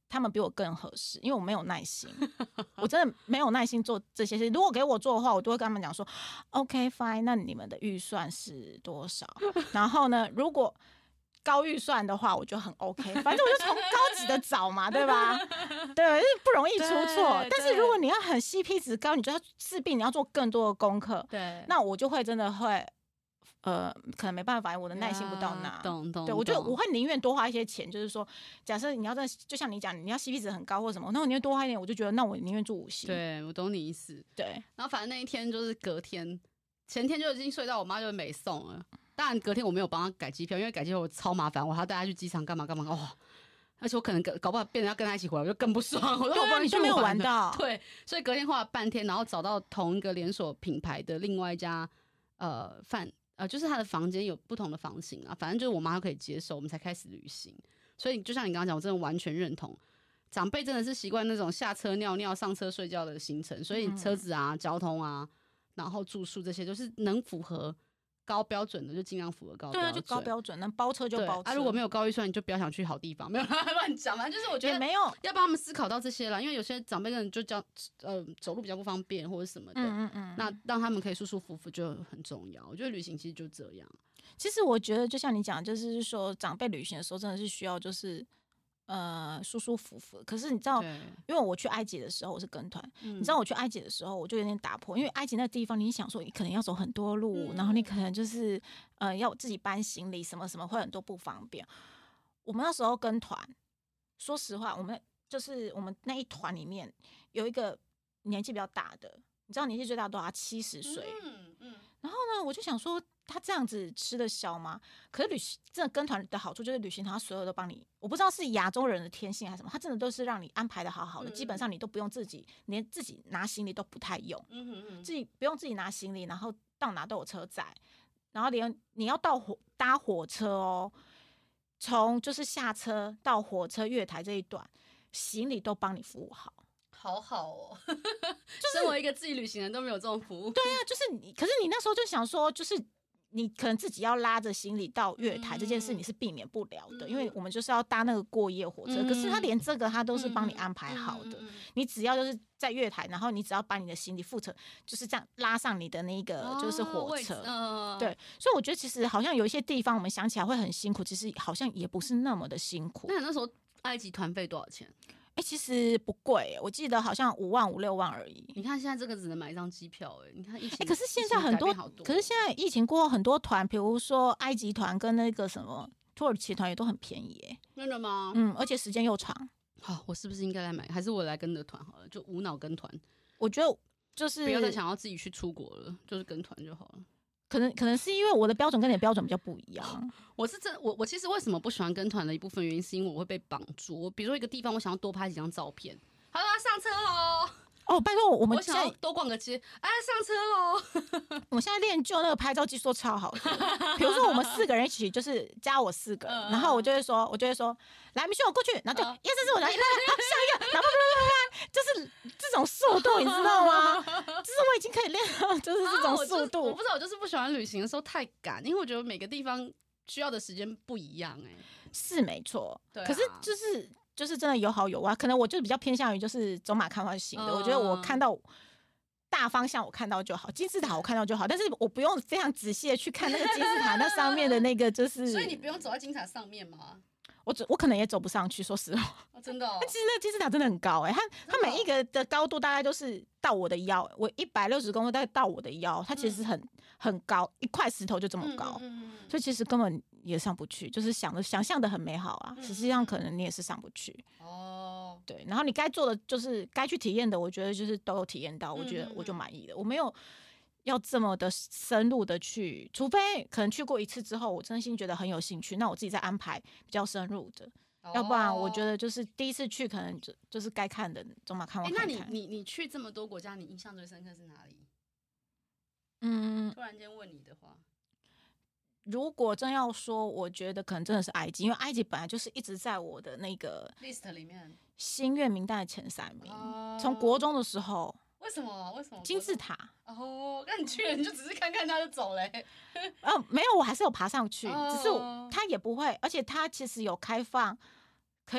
他们比我更合适，因为我没有耐心，我真的没有耐心做这些事。如果给我做的话，我都会跟他们讲说 ，OK fine， 那你们的预算是多少？然后呢，如果高预算的话，我就很 OK， 反正我就从高级的找嘛，对吧？对，不容易出错。但是如果你要很 C P 值高，你就要势必你要做更多的功课， 对， 那我就会真的会。呃，可能没办法，我的耐心不到那。 懂懂。 对，我觉得我会宁愿多花一些钱，就是说，假设你要在，就像你讲，你要 C P 值很高或什么，那我宁愿多花一点，我就觉得那我宁愿住五星。 对，我懂你意思。 对， 然后反正那一天就是隔天，前天就已经睡到我妈就没送了。当然隔天我没有帮她改机票，因为改机票我超麻烦，我还要带她去机场干嘛干嘛哇、哦！而且我可能搞不好变成要跟她一起回来，我就更不爽。我说好不容易就没有玩到。 对，所以隔天花了半天，然后找到同一个连锁品牌的另外一家呃饭。呃，就是他的房间有不同的房型啊，反正就是我妈可以接受，我们才开始旅行。所以就像你刚刚讲，我真的完全认同，长辈真的是习惯那种下车尿尿、上车睡觉的行程，所以车子啊、交通啊，然后住宿这些，就是能符合高标准的就尽量符合高标准。 对啊，就高标准，能包车就包车。 啊，如果没有高预算，你就不要想去好地方，没有乱讲嘛。就是我觉得没有要帮他们思考到这些啦，因为有些长辈可能就叫呃走路比较不方便或者什么的，嗯嗯嗯，那让他们可以舒舒服服就很重要。我觉得旅行其实就这样。 其实我觉得就像你讲，就是说长辈旅行的时候真的是需要就是呃舒舒服服。可是你知道，因为我去埃及的时候我是跟团，嗯、你知道我去埃及的时候我就有点打破，因为埃及那个地方你想说你可能要走很多路，嗯、然后你可能就是呃要自己搬行李什么什么会很多不方便。我们那时候跟团，说实话，我们就是我们那一团里面有一个年纪比较大的，你知道年纪最大多少？七十岁。嗯嗯。然后呢，我就想说。他这样子吃得消吗？可是旅行真的跟团的好处就是旅行团他所有都帮你，我不知道是亚洲人的天性还是什么，他真的都是让你安排的好好的，嗯、基本上你都不用自己，连自己拿行李都不太用，嗯哼哼自己不用自己拿行李，然后到哪都有车载，然后连你要到火搭火车哦，从就是下车到火车月台这一段，行李都帮你服务好。 好好哦，就是我一个自己旅行人都没有这种服务。 对啊，就是你，可是你那时候就想说，就是。你可能自己要拉着行李到月台、嗯、这件事你是避免不了的、嗯、因为我们就是要搭那个过夜火车、嗯、可是他连这个他都是帮你安排好的、嗯、你只要就是在月台，然后你只要把你的行李负责就是这样拉上你的那个就是火车、哦、对，所以我觉得其实好像有一些地方我们想起来会很辛苦，其实好像也不是那么的辛苦。 那你那时候埃及团费多少钱？ 哎、欸，其实不贵，我记得好像五万五六万而已。 你看现在这个只能买一张机票，哎，你看疫情，哎、 欸，可是现在很多， 多可是现在疫情过后，很多团，比如说埃及团跟那个什么土耳其团也都很便宜，哎， 真的吗？ 嗯，而且时间又长。 好，我是不是应该来买？还是我来跟着团好了？就无脑跟团。 我觉得就是不要再想要自己去出国了，就是跟团就好了。 可能可能是因为我的标准跟你的标准比较不一样。 我是真我我其实为什么不喜欢跟团的一部分原因，是因为我会被绑住。我比如说一个地方，我想要多拍几张照片，好了，上车喽！ 哦，拜托我们现在我想要多逛个街，哎，上车喽！ 我现在练就那个拍照技术超好的。比如说我们四个人一起，就是加我四个，嗯、然后我就会说，我就会说，来，米秀我过去，然后就一二三四五，然后好下一个，然后就是这种速度，你知道吗？就是我已经可以练到，就是这种速度。 啊、我, 我不知道，我就是不喜欢旅行的时候太赶，因为我觉得每个地方需要的时间不一样、欸。哎， 是没错、 啊， 可是就是。就是真的有好有坏，可能我就比较偏向于就是走马看花型的、嗯。我觉得我看到大方向，我看到就好，金字塔我看到就好，但是我不用非常仔细的去看那个金字塔那上面的那个，就是。 所以你不用走在金字塔上面吗？ 我我可能也走不上去，说实话。 哦、真的、哦。 其实那个金字塔真的很高哎、欸，它它每一个的高度大概都是到我的腰，我一百六十公分大概到我的腰，它其实很、嗯、很高，一块石头就这么高、嗯嗯嗯，所以其实根本也上不去，就是想的想象的很美好啊，实际上可能你也是上不去。哦，对，然后你该做的就是该去体验的，我觉得就是都有体验到，我觉得我就满意了，我没有。要这么的深入的去，除非可能去过一次之后，我真心觉得很有兴趣，那我自己再安排比较深入的。哦、要不然我觉得就是第一次去，可能就就是该看的走马看花看看。 欸、那你你你去这么多国家，你印象最深刻是哪里？ 嗯， 突然间问你的话， 如果真要说，我觉得可能真的是埃及，因为埃及本来就是一直在我的那个 list 里面心愿名单的前三名，从、哦、国中的时候。 为什么？为什么？ 金字塔哦，那你去了你就只是看看它就走嘞、 欸？呃，没有，我还是有爬上去，哦、只是它也不会，而且它其实有开放可以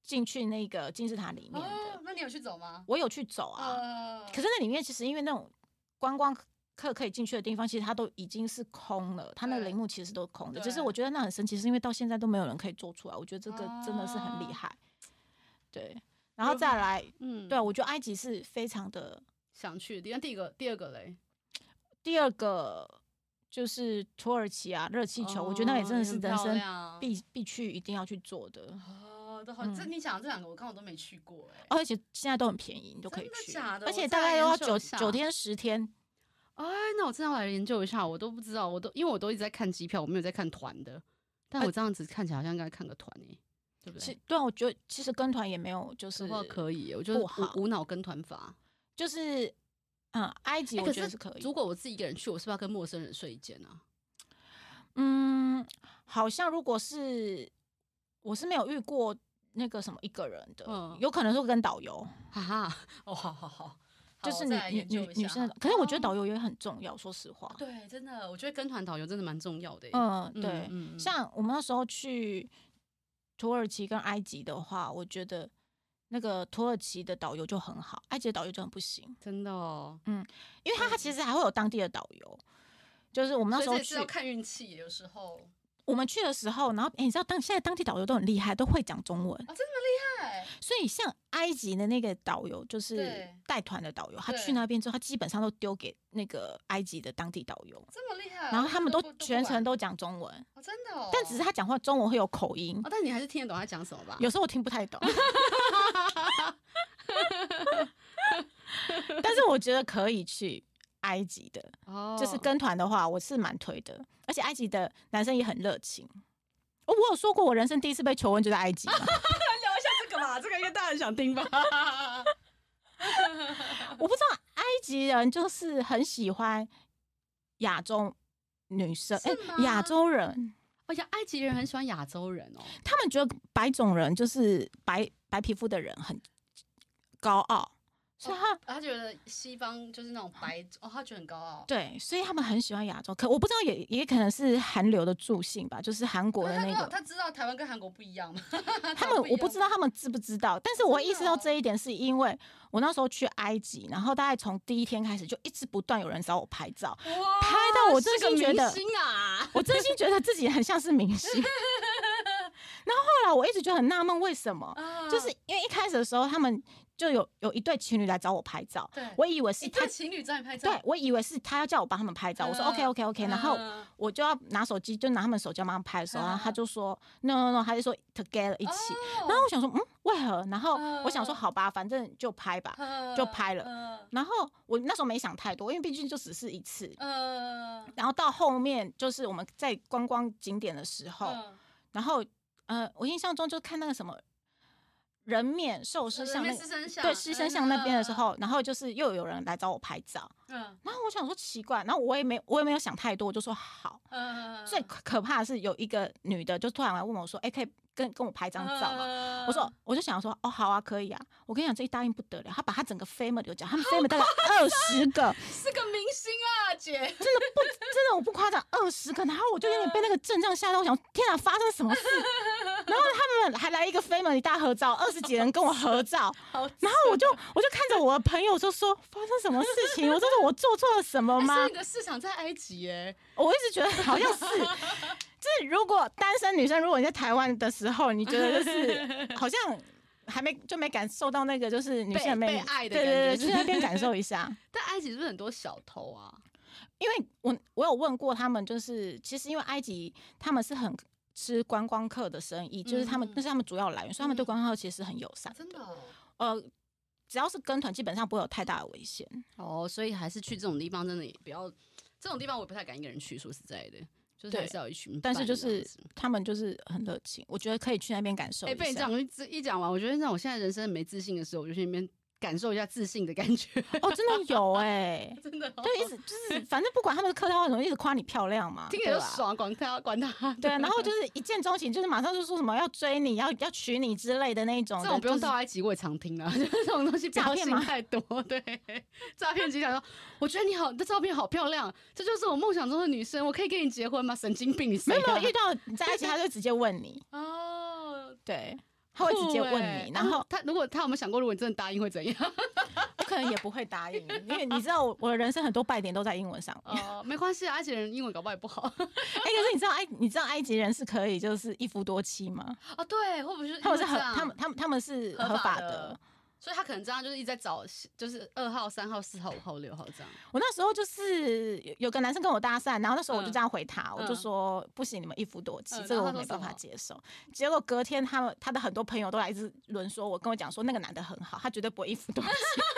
进去那个金字塔里面的。 哦，那你有去走吗？ 我有去走啊， 呃、 可是那里面其实因为那种观光客可以进去的地方，其实它都已经是空了，它那个陵墓其实都是空的。只是我觉得那很神奇，是因为到现在都没有人可以做出来，我觉得这个真的是很厉害。哦、对，然后再来，嗯，对，我觉得埃及是非常的想去的地方。第一个，第二个嘞， 第二个。就是土耳其啊，热气球，哦、我觉得那也真的是人生必必去、一定要去做的。 哦，都好，嗯、这你讲的这两个，我刚好都没去过哎、 欸，而且现在都很便宜，你都可以去。 真的假的？ 而且大概要九九天十天。 哎，那我真的要来研究一下，我都不知道，我都因为我都一直在看机票，我没有在看团的。但我这样子看起来好像应该看个团哎、欸，对不对？ 对啊，我觉得其实跟团也没有就是可以，我觉得无无脑跟团法就是。嗯，埃及我觉得是可以。 欸、可如果我自己一个人去，我是不是要跟陌生人睡一间啊？ 嗯，好像如果是我是没有遇过那个什么一个人的，嗯、有可能是跟导游。 哈哈，哦，好好好， 就是女女女生，可是我觉得导游也很重要，哦、说实话。 对，真的，我觉得跟团导游真的蛮重要的。 嗯，对，嗯、像我们那时候去土耳其跟埃及的话，我觉得。那个土耳其的导游就很好，埃及的导游就很不行， 真的哦。 嗯，因为他其实还会有当地的导游，就是我们那时候去所以这是要看运气，有时候我们去的时候，然后哎、欸，你知道当现在当地导游都很厉害，都会讲中文啊、哦，真的厉害。 所以像埃及的那个导游，就是带团的导游，他去那边之后，他基本上都丢给那个埃及的当地导游， 这么厉害。 然后他们都全程都讲中文， 哦，真的哦。 但只是他讲话中文会有口音， 哦，但你还是听得懂他讲什么吧？ 有时候我听不太懂。但是我觉得可以去埃及的，哦、就是跟团的话，我是蛮推的。而且埃及的男生也很热情。哦，我有说过我人生第一次被求婚就在埃及吗？聊一下这个吧，这个应该大家很想听吧。 我不知道埃及人就是很喜欢亚洲女生，哎，亚洲人。 而且埃及人很喜欢亚洲人哦， 他们觉得白种人就是白白皮肤的人很高傲。所以他、哦、 他觉得西方就是那种白哦，他觉得很高傲。 对，所以他们很喜欢亚洲。可我不知道也，也也可能是韩流的助兴吧，就是韩国的那个。 他知道台湾跟韩国不一样吗？ 他们我不知道他们知不知道，但是我意识到这一点，是因为我那时候去埃及，然后大概从第一天开始就一直不断有人找我拍照，拍到我真心觉得， 啊、 我真心觉得自己很像是明星。然后后来我一直就很纳闷，为什么？啊、就是因为一开始的时候他们。就有有一对情侣来找我拍照，我以为是他情侣找你拍照， 对我以为是他要叫我帮他们拍照，嗯、我说 OK OK OK，、嗯、然后我就要拿手机，就拿他们手机帮他们拍的时候，嗯、然后他就说 No No No， 他就说 Together 一起，哦、然后我想说嗯为何？然后我想说好吧，反正就拍吧，嗯、就拍了。嗯、然后我那时候没想太多，因为毕竟就只是一次。嗯、然后到后面就是我们在观光景点的时候，嗯、然后呃，我印象中就看那个什么。人面兽狮像那对狮身像那边的时候，嗯、然后就是又有人来找我拍照，嗯，然后我想说奇怪，然后我也没我也没有想太多，我就说好，嗯，最可怕的是有一个女的就突然来问我说，哎、欸，可以跟跟我拍张照吗？嗯、我说我就想说哦好啊可以啊，我跟你讲这一答应不得了，他把他整个 family 讲，他们 family 大概二十个， 是个明星啊姐，真的不真的我不夸张二十个，然后我就有点被那个阵仗吓到，我想天哪发生什么事？然后他们还来一个 family 大合照，二十几人跟我合照，然后我就我就看着我的朋友就说发生什么事情？我说我做错了什么吗？ 欸、是你的市场在埃及耶， 我一直觉得好像是，就是如果单身女生，如果你在台湾的时候，你觉得就是好像还没就没感受到那个就是女生被爱的感觉， 对对对，去那边感受一下。 但埃及是不是很多小偷啊？ 因为我我有问过他们，就是其实因为埃及他们是很。吃观光客的生意，就是他们，那、嗯、是他们主要来源，所以他们对观光客其实很友善、 嗯。真的、哦， 呃，只要是跟团，基本上不会有太大的危险。 哦，所以还是去这种地方，真的也不要，这种地方我也不太敢一个人去。说实在的，就是还是要有一群， 但是就是他们就是很热情，我觉得可以去那边感受一下。哎、欸， 被你讲一讲完，我觉得让我现在人生没自信的时候，我就去那边。感受一下自信的感觉哦，真的有哎、欸， 真的、哦， 就一直就是反正不管他们的客套话什么，一直夸你漂亮嘛， 听起来就爽，管他管他。 对，然后就是一见钟情，就是马上就说什么要追你，要要娶你之类的那种。 这种不用到埃及我也常听啊，就是这种东西不要信太多。对，诈骗集团说，我觉得你好，你的照片好漂亮，这就是我梦想中的女生，我可以跟你结婚吗？神经病，你谁、啊、 没有遇到你在埃及，他就直接问你哦， 对。 他会直接问你，然后他如果他有没有想过，如果你真的答应会怎样？ 我可能也不会答应，因为你知道我我的人生很多败点都在英文上面。 哦、呃，没关系，埃及人英文搞不好也不好。哎、欸，可是你知道埃你知道埃及人是可以就是一夫多妻吗？ 哦，对，会不会是他们是合他们他们他们是合法的。 所以他可能这样就是一直在找，就是二号、三号、四号、五号、六号这样。 我那时候就是有有个男生跟我搭讪，然后那时候我就这样回他，嗯、我就说不行，你们一夫多妻，嗯、这个我没办法接受。结果隔天他们他的很多朋友都来一轮说，我跟我讲说那个男的很好，他绝对不会一夫多妻。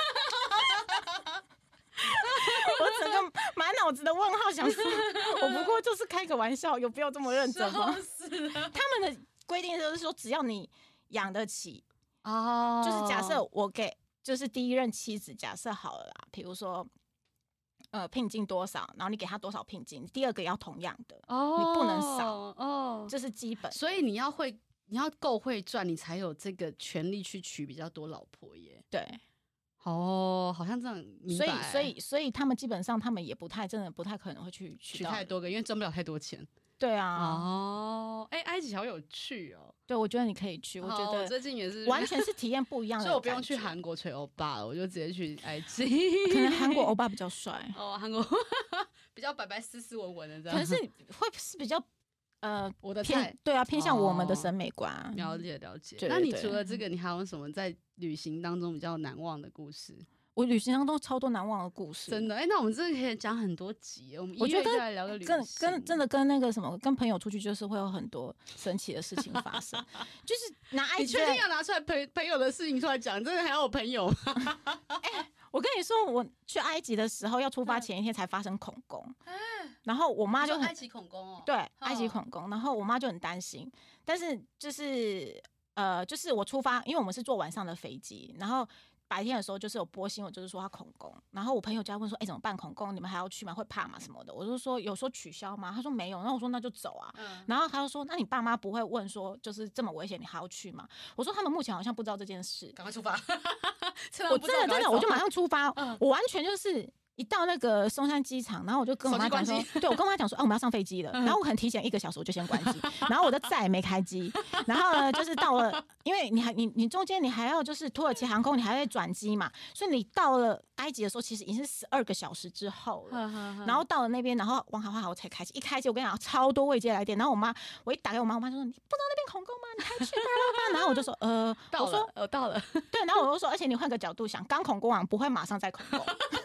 我整个满脑子的问号，想说我不过就是开个玩笑，有必要这么认真吗？他们的规定就是说，只要你养得起。哦，就是假设我给就是第一任妻子假设好了啦，比如说呃聘金多少，然后你给他多少聘金，第二个要同样的，哦、你不能少哦，这是基本。 所以你要会，你要够会赚，你才有这个权利去娶比较多老婆耶。 对， 哦，好像这样明白。 所以所以所以他们基本上他们也不太真的不太可能会去娶太多个，因为挣不了太多钱。 对啊， 哦，哎、欸，埃及好有趣哦。 对，我觉得你可以去，我觉得我最近也是完全是体验不一样的， 所以我不用去韩国吹欧巴了，我就直接去埃及。 可能韩国欧巴比较帅哦，韩国比较白白斯斯文文的这样， 可能是会是比较呃我的菜， 对啊，偏向我们的审美观。 哦、了解了解。那你除了这个，你还有什么在旅行当中比较难忘的故事？ 我旅行当中超多难忘的故事， 真的。哎、欸，那我们真的可以讲很多集。我们一月就来聊个旅行， 跟跟真的跟那个什么，跟朋友出去就是会有很多神奇的事情发生。就是拿埃及， 你确定要拿出来朋朋友的事情出来讲？真的还要有朋友吗？ 哎、欸，我跟你说，我去埃及的时候，要出发前一天才发生恐攻，然后我妈就很埃及恐攻哦， 对，埃及恐攻，然后我妈就很担心，但是就是呃，就是我出发，因为我们是坐晚上的飞机，然后。白天的时候就是有播新闻，就是说他恐攻，然后我朋友就要问说，哎、欸，怎么办？恐攻你们还要去吗？会怕吗？什么的？我就说有说取消吗？他说没有，然后我说那就走啊。嗯、然后他就说，那你爸妈不会问说，就是这么危险，你还要去吗？我说他们目前好像不知道这件事， 赶快出发。 我真的真的，我就马上出发，嗯、我完全就是。一到那个松山机场，然后我就跟我妈讲说，对我跟我妈讲说，啊，我们要上飞机了。然后我很提前一个小时我就先关机，然后我就再也没开机。然后呢，就是到了，因为你还你你中间你还要就是土耳其航空，你还会转机嘛，所以你到了埃及的时候，其实已经是十二个小时之后了。然后到了那边，然后往好话好我才开机，一开机我跟你讲超多未接来电，然后我妈我一打给我妈，我妈说你不知道那边恐攻吗？你还去吗？然后我就说呃， 到了， 我说呃到了， 对，然后我就说，而且你换个角度想，刚恐攻完不会马上再恐攻。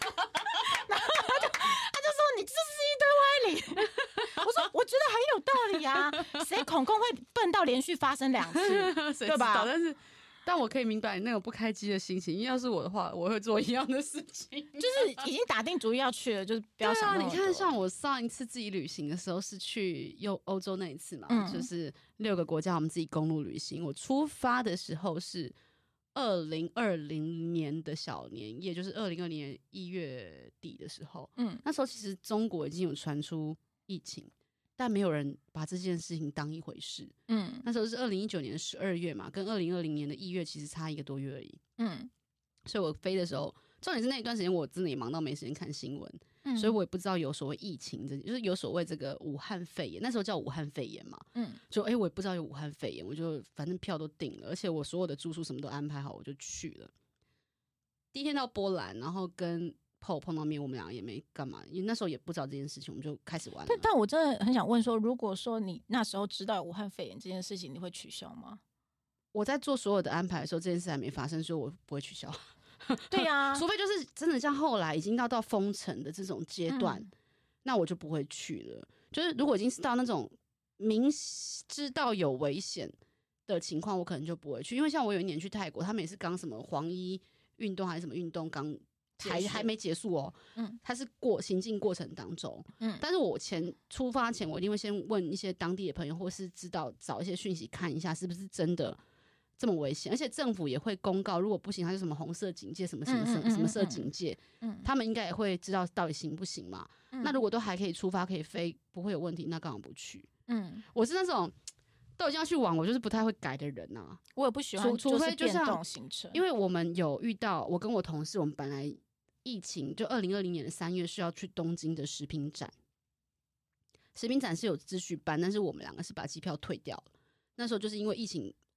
你这是一堆歪理，我说我觉得很有道理啊，谁恐攻会笨到连续发生两次，对吧？ 但是，但我可以明白你那种不开机的心情，因为要是我的话，我会做一样的事情， 就是已经打定主意要去了，就是不要想那么多。 对啊，你看，像我上一次自己旅行的时候是去欧欧洲那一次嘛，嗯、就是六个国家我们自己公路旅行。我出发的时候是二零二零年的小年夜，就是二零二零年一月底的时候，嗯，那时候其实中国已经有传出疫情，但没有人把这件事情当一回事，嗯，那时候是二零一九年的十二月嘛，跟二零二零年的一月其实差一个多月而已，嗯，所以我飞的时候，重点是那一段时间我真的也忙到没时间看新闻。嗯、所以我也不知道有所谓疫情，就是有所谓这个武汉肺炎，那时候叫武汉肺炎嘛，嗯，就哎、欸、我也不知道有武汉肺炎，我就反正票都订了，而且我所有的住宿什么都安排好，我就去了。第一天到波兰，然后跟 Paul 碰到面，我们俩也没干嘛，因为那时候也不知道这件事情，我们就开始玩了。 但但我真的很想问说，如果说你那时候知道武汉肺炎这件事情，你会取消吗？ 我在做所有的安排的时候，这件事还没发生，所以我不会取消。 对呀、啊， 除非就是真的像后来已经到到封城的这种阶段、嗯，那我就不会去了。就是如果已经是到那种明知道有危险的情况，我可能就不会去。因为像我有一年去泰国，他们也是刚什么黄衣运动还是什么运动刚还还没结束哦，嗯，它是过行进过程当中，嗯，但是我前出发前，我一定会先问一些当地的朋友，或是知道找一些讯息看一下是不是真的。这么危险，而且政府也会公告，如果不行，它是什么红色警戒，什么什么什么什么色警戒，嗯，他们应该也会知道到底行不行嘛。嗯、那如果都还可以出发，可以飞，不会有问题，那干嘛不去？嗯，我是那种都已经要去玩，我就是不太会改的人啊。 我也不喜欢，除非就是变动行程， 因为我们有遇到，我跟我同事，我们本来疫情就二零二零年的三月是要去东京的食品展，食品展是有秩序班，但是我们两个是把机票退掉了。那时候就是因为疫情。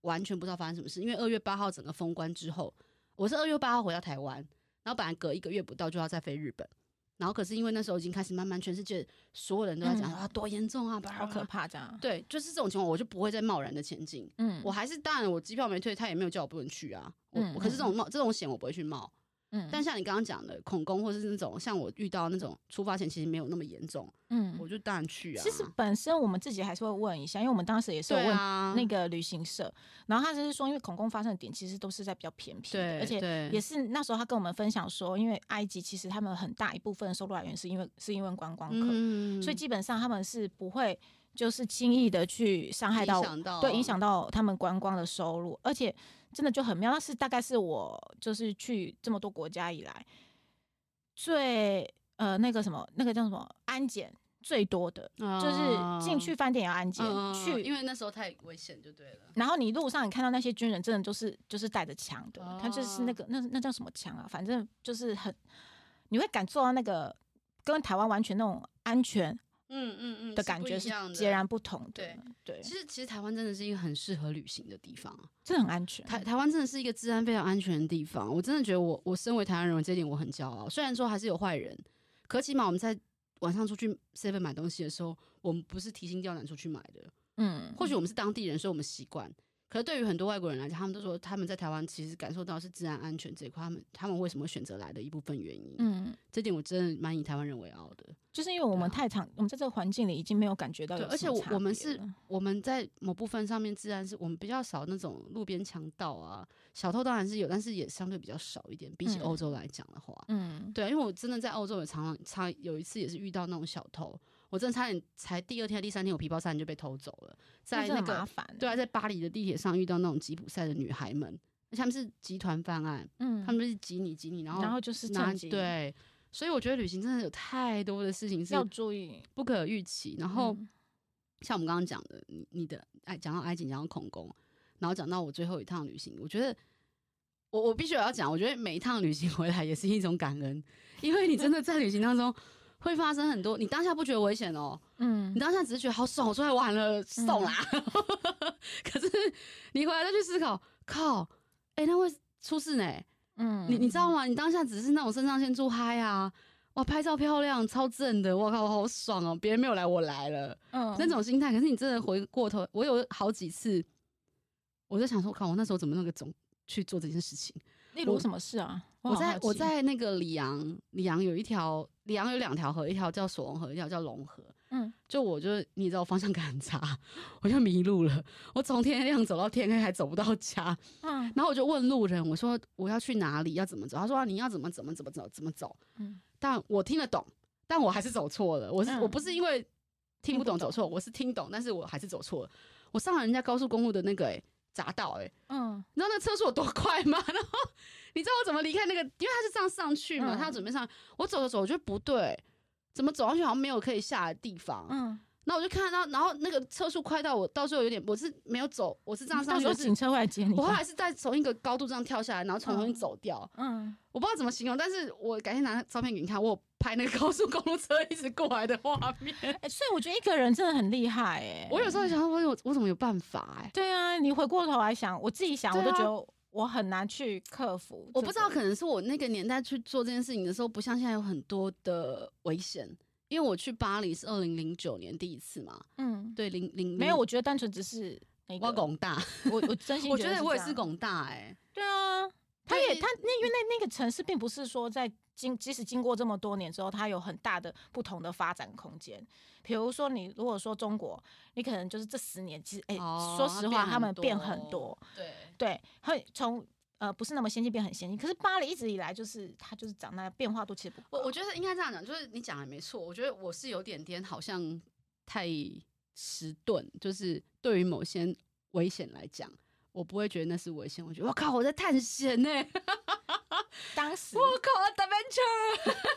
完全不知道发生什么事，因为二月八号整个封关之后，我是二月八号回到台湾，然后本来隔一个月不到就要再飞日本，然后可是因为那时候已经开始慢慢全世界所有人都在讲、嗯、啊多严重啊， 好可怕这样。 对，就是这种情况我就不会再贸然的前进。嗯，我还是当然我机票没退，他也没有叫我不能去啊。我、嗯、可是这种冒这种险我不会去冒。嗯，但像你刚刚讲的恐攻或是那种像我遇到那种出发前其实没有那么严重，嗯，我就当然去啊。 其实本身我们自己还是会问一下，因为我们当时也是有问那个旅行社，啊、然后他就是说，因为恐攻发生的点其实都是在比较偏僻的，而且也是那时候他跟我们分享说，因为埃及其实他们很大一部分的收入来源是因为是因为观光客，嗯、所以基本上他们是不会就是轻易的去伤害到， 影到对影响到他们观光的收入，而且。真的就很妙，那是大概是我就是去这么多国家以来最呃那个什么那个叫什么安检最多的，哦、就是进去饭店也要安检，嗯、去因为那时候太危险就对了。 然后你路上你看到那些军人，真的就是就是带着枪的，哦、他就是那个那那叫什么枪啊？反正就是很你会感受到那个跟台湾完全那种安全。嗯嗯嗯的感觉是截然不同的。 对对，其实其实台湾真的是一个很适合旅行的地方， 真的很安全。 台台湾真的是一个治安非常安全的地方，我真的觉得我我身为台湾人，我这一点我很骄傲。虽然说还是有坏人，可起码我们在晚上出去 seven 买东西的时候，我们不是提心吊胆出去买的。嗯，或许我们是当地人，所以我们习惯。可是对于很多外国人来讲，他们都说他们在台湾其实感受到是治安安全这一块，他们他们为什么选择来的一部分原因。嗯，这点我真的蛮以台湾人为傲的， 就是因为我们太常、啊、我们在这个环境里已经没有感觉到有什么差别了。 而且我们是我们在某部分上面治安是我们比较少那种路边强盗啊，小偷当然是有，但是也相对比较少一点，比起欧洲来讲的话。嗯，对啊，因为我真的在欧洲也常常常有一次也是遇到那种小偷。我真的差点才第二天、第三天，我皮包差点就被偷走了。在那个对啊，在巴黎的地铁上遇到那种吉普赛的女孩们，而且他们是集团犯案，嗯，他们就是挤你挤你，然后然后就是趁机对，所以我觉得旅行真的有太多的事情是要注意、 不可预期。然后、嗯、像我们刚刚讲的，你你的哎，讲到埃及，讲到恐攻，然后讲到我最后一趟旅行，我觉得我我必须要讲，我觉得每一趟旅行回来也是一种感恩，因为你真的在旅行当中。会发生很多，你当下不觉得危险哦，嗯，你当下只是觉得好爽，我出来玩了，送啦。嗯、可是你回来再去思考，靠，哎、欸，那会出事呢，嗯，你你知道吗？你当下只是那种肾上腺素嗨啊，哇，拍照漂亮，超正的，我靠，我好爽哦，别人没有来，我来了，嗯，那种心态。可是你真的回过头，我有好几次，我在想说，靠，我那时候怎么那个总去做这件事情？ 例如什么事啊？ 我, 我在我在那个里昂，里昂有一条，里昂有两条河，一条叫索隆河，一条叫龙河。嗯，就我就你知道我方向感很差，我就迷路了。我从天亮走到天黑还走不到家。嗯，然后我就问路人，我说我要去哪里，要怎么走？他说、啊、你要怎么怎么怎么走怎么走。嗯，但我听得懂，但我还是走错了。我是、嗯、我不是因为听不懂走错，我是听懂，但是我还是走错了。我上了人家高速公路的那个哎、欸。匝道哎、欸，嗯，你知道那车速有多快吗？然后你知道我怎么离开那个？因为他是这样上去嘛，嗯、他要准备上，我走着走，我觉得不对，怎么走上去好像没有可以下的地方，嗯，然后我就看到，然后那个车速快到我到最后有点，我是没有走，我是这样上去， 到时候警车会来接你， 我后来是在从一个高度这样跳下来，然后从中间走掉，嗯，我不知道怎么形容，但是我改天拿照片给你看，我有拍那个高速公路车一直过来的画面， 哎、欸，所以我觉得一个人真的很厉害哎、欸。 我有时候想说我有我怎么有办法哎、欸？ 对啊，你回过头来想，我自己想，啊、我都觉得我很难去克服、這個。 我不知道，可能是我那个年代去做这件事情的时候，不像现在有很多的危险。因为我去巴黎是二零零九年第一次嘛，嗯，对，零零没有，我觉得单纯只是那个我拱大， 我我真心我觉得我也是拱大哎、欸， 对啊，他也他那因为那那个城市并不是说在经即使经过这么多年之后，它有很大的不同的发展空间。比如说你如果说中国，你可能就是这十年其实哎、欸哦，说实话他们变很多， 对对，会从。呃，不是那么先进，变很先进。可是巴黎一直以来就是它就是长那变化度其实不高。 我我觉得应该这样讲，就是你讲的没错。我觉得我是有点点好像太迟钝，就是对于某些危险来讲，我不会觉得那是危险。我觉得我靠，我在探险呢、欸。 当时我靠 ，adventure，I'm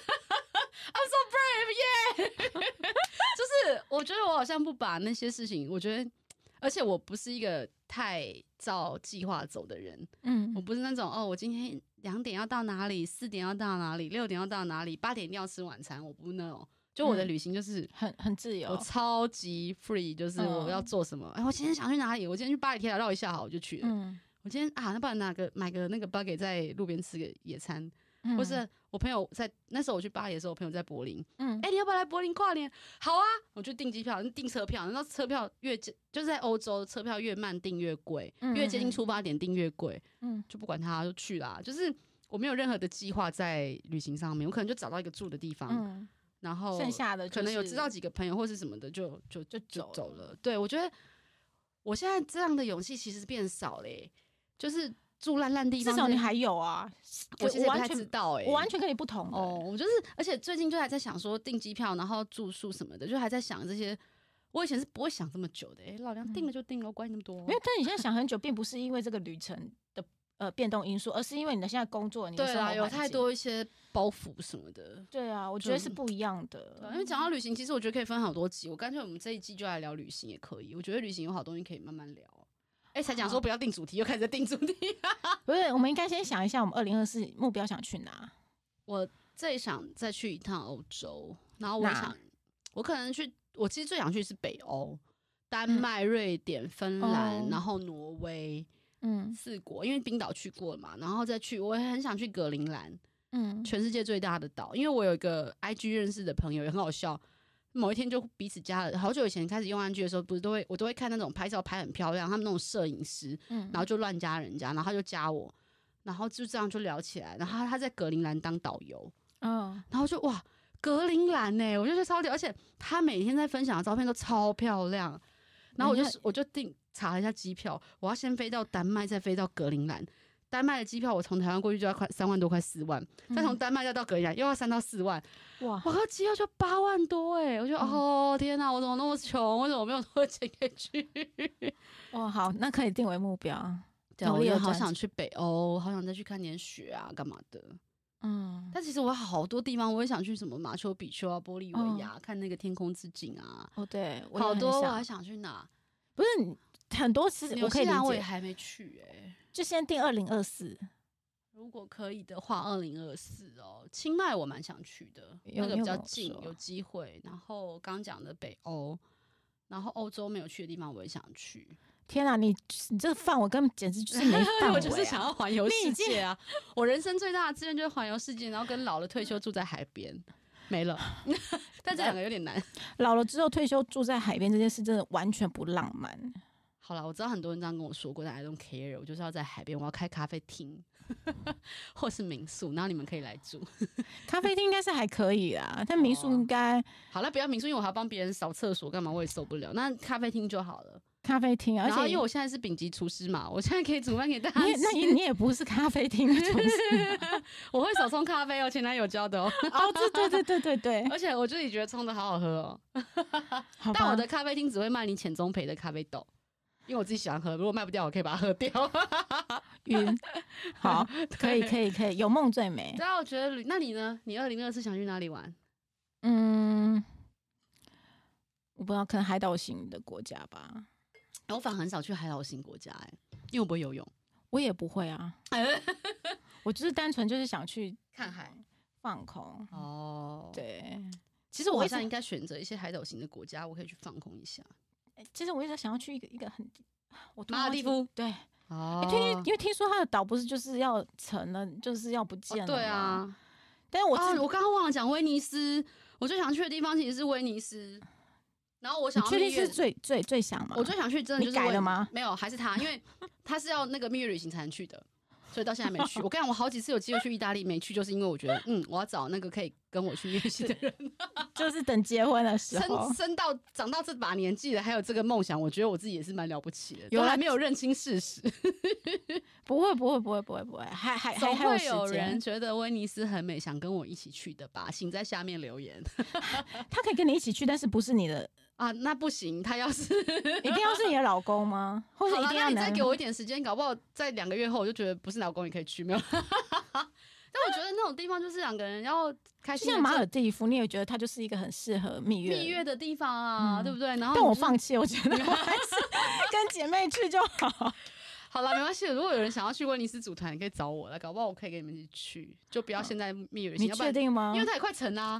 so brave， 耶、yeah! ！就是我觉得我好像不把那些事情，我觉得，而且我不是一个太照计划走的人，嗯，我不是那种哦，我今天两点要到哪里，四点要到哪里，六点要到哪里，八点一定要吃晚餐，我不那种， 就我的旅行就是很很自由， 我超级 free， 就是我要做什么。哎、嗯，我今天想去哪里？我今天去巴黎铁塔绕一下，好，我就去了。嗯，我今天啊，那不然拿个买个那个 buggy 在路边吃个野餐，嗯、或是我朋友在那时候我去巴黎的时候，我朋友在柏林，嗯，哎、欸，你要不要来柏林跨年？好啊，我就订机票，订车票，然后车票越就是在欧洲车票越慢订越贵，嗯、越接近出发点订越贵，嗯，就不管它就去啦，就是我没有任何的计划在旅行上面，我可能就找到一个住的地方。嗯，然后剩下的、就是、 可能有知道几个朋友或是什么的就，就就就走了。对，我觉得我现在这样的勇气其实变少了、欸，就是住烂烂地方。 至少你还有啊， 我其实也不太知道哎、欸， 我完全跟你不同哦。我就是，而且最近就还在想说订机票，然后住宿什么的，就还在想这些。我以前是不会想这么久的、欸，哎，老娘订了就订了，管你那么多。 因为但你现在想很久，并不是因为这个旅程的。呃，变动因素，而是因为你的现在工作，你的生活环境， 对啊，有太多一些包袱什么的。 对啊，我觉得是不一样的。 对啊，因为讲到旅行，其实我觉得可以分好多集。我干脆我们这一季就来聊旅行也可以。我觉得旅行有好东西可以慢慢聊。哎、欸，才讲说不要定主题，又开始在定主题。 不是，我们应该先想一下，我们二零二四目标想去哪？ 我最想再去一趟欧洲，然后我想，我可能去，我其实最想去是北欧，丹麦、嗯、瑞典、芬兰，哦、然后挪威。嗯，四国，因为冰岛去过了嘛，然后再去，我也很想去格陵兰，嗯，全世界最大的岛。因为我有一个 I G 认识的朋友，也很好笑。某一天就彼此加了，好久以前开始用 I G 的时候，不是都会我都会看那种拍照拍很漂亮，他们那种摄影师，嗯，然后就乱加人家，然后他就加我，然后就这样就聊起来。然后他在格陵兰当导游，嗯，然后就哇，格陵兰呢、欸，我就觉得超屌，而且他每天在分享的照片都超漂亮。然后我就我就定查了一下机票，我要先飞到丹麦，再飞到格陵兰。丹麦的机票我从台湾过去就要快三万多，快四万，嗯、再从丹麦再到格陵兰又要三到四万，哇！我靠，机票就八万多哎、欸！我就、嗯、哦天哪，我怎么那么穷？为什么我没有那么多钱可以去？ 哇，好，那可以定为目标。 对，我也好想去北欧，好想再去看点雪啊，干嘛的？嗯，但其实我有好多地方，我也想去什么马丘比丘啊、玻利维亚、嗯、看那个天空之镜啊。 哦，对，我好多，我还想去哪？ 不是很多是我可以理解， 我也还没去哎、欸， 就先定二零二四。 如果可以的话，二零二四哦，清迈我蛮想去的，那个比较近，有, 有机会。然后刚讲的北欧，然后欧洲没有去的地方我也想去。 天啊，你你这个范围根本简直就是没范围、啊、 我就是想要环游世界啊！我人生最大的志愿就是环游世界，然后跟老了退休住在海边，没了。但这两个有点难。 老了之后退休住在海边这件事真的完全不浪漫。 好啦，我知道很多人这样跟我说过，但 I don't care， 我就是要在海边，我要开咖啡厅或是民宿，然后你们可以来住。 咖啡厅应该是还可以啦，但民宿应该、哦、 好了，不要民宿，因为我还要帮别人扫厕所，干嘛我也受不了。那咖啡厅就好了。 咖啡厅，而且因为我现在是丙级厨师嘛，我现在可以煮饭给大家吃。 那你你也不是咖啡厅的厨师， 我会手冲咖啡哦，前男友教的哦。 哦，对对对对对对， 而且我自己觉得冲的好好喝哦。但我的咖啡厅只会卖你浅中培的咖啡豆，因为我自己喜欢喝，如果卖不掉，我可以把它喝掉。 晕，好，可以可以可以，有梦最美。 对啊，我觉得那你呢？你二零二四想去哪里玩？ 嗯，我不知道，可能海岛型的国家吧。 我反而很少去海岛型国家哎、欸，因为我不会游泳。 我也不会啊，我就是单纯就是想去看海、 放空。哦，对， 其实我好像应该选择一些海岛型的国家，我可以去放空一下。 其实我一直想要去一个一个很，我马尔地夫。 对， 哦， 因为因为听说它的岛不是就是要沉了，就是要不见了、哦。 对啊， 但是我、 哦、我刚刚忘了讲威尼斯，我最想去的地方其实是威尼斯。然后我想要， 你确定是最最最想吗？ 我最想去真的就是你改了吗？ 没有，还是他，因为他是要那个蜜月旅行才能去的，所以到现在没去。我跟你讲，我好几次有机会去意大利没去，就是因为我觉得，嗯，我要找那个可以跟我去蜜月旅行的人， 就是等结婚的时候， 生生到长到这把年纪了，还有这个梦想，我觉得我自己也是蛮了不起的，有还没有认清事实。 不会不会不会不会不会，还还总会有人觉得威尼斯很美，想跟我一起去的吧？请在下面留言。 他可以跟你一起去，但是不是你的。 啊，那不行，他要是一定要是你的老公吗？或者一定要你再给我一点时间，搞不好在两个月后我就觉得不是老公也可以去，没有。但我觉得那种地方就是两个人要开心。 像马尔地夫，你也觉得它就是一个很适合蜜月蜜月的地方啊，嗯、对不对？然后但我放弃，我觉得我还是跟姐妹去就好。 好了，没关系。如果有人想要去威尼斯组团，你可以找我了，搞不好我可以跟你们一起去，就不要现在蜜月旅行。 你确定吗？ 因为它也快成啦、啊。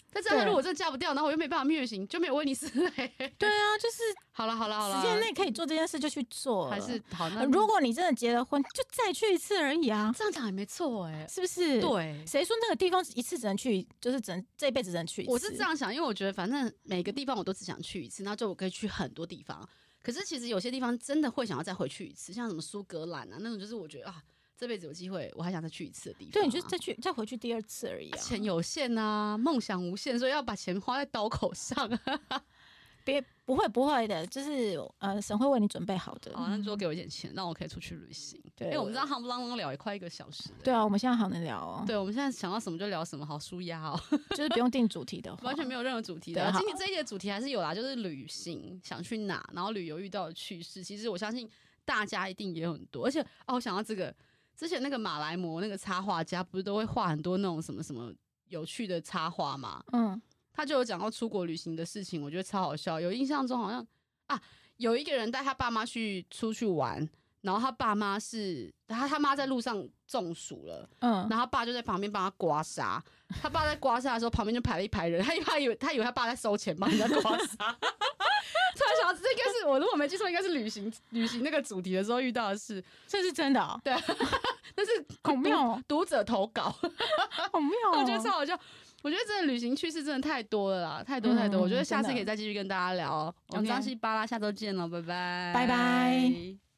再这样，如果真的嫁不掉，然后我又没办法蜜月行，就没有威尼斯嘞。 对啊，就是好了好了好了， 时间内可以做这件事就去做了。 还是好那、呃、 如果你真的结了婚，就再去一次而已啊。 这样讲也没错哎、欸， 是不是？ 对， 谁说那个地方一次只能去，就是只能这一辈子只能去一次？ 我是这样想，因为我觉得反正每个地方我都只想去一次，那就我可以去很多地方。可是其实有些地方真的会想要再回去一次，像什么苏格兰啊那种，就是我觉得啊。这辈子有机会，我还想再去一次的地方、啊。 对，你就再去再回去第二次而已啊。 钱有限啊，梦想无限，所以要把钱花在刀口上。 别不会不会的，就是呃，神会为你准备好的。 好，那多给我一点钱，让我可以出去旅行。对，因为我们这样夯不啷啷聊也快一个小时了。 对啊，我们现在好能聊哦。 对，我们现在想到什么就聊什么，好舒压哦。 就是不用定主题的话， 完全没有任何主题的。今天这一节主题还是有啦，就是旅行想去哪，然后旅游遇到的趣事。其实我相信大家一定也有很多，而且哦，我想到这个。之前那个马来貘那个插画家不是都会画很多那种什么什么有趣的插画吗？嗯，他就有讲到出国旅行的事情，我觉得超好笑。有印象中好像啊，有一个人带他爸妈去出去玩，然后他爸妈是他他妈在路上中暑了，嗯，然后他爸就在旁边帮他刮痧。他爸在刮痧的时候，旁边就排了一排人，他他以为他以为他爸在收钱帮人家刮痧。突然想到，这应该是我如果没记错，应该是旅行旅行那个主题的时候遇到的事， 这是真的哦。 对，但是好妙哦， 读者投稿， 好妙哦， 我觉得超好笑。我觉得真的旅行趣事真的太多了啦，太多太多。嗯、我觉得下次可以再继续跟大家聊。我们张西巴拉，下周见喽，拜拜， 拜拜。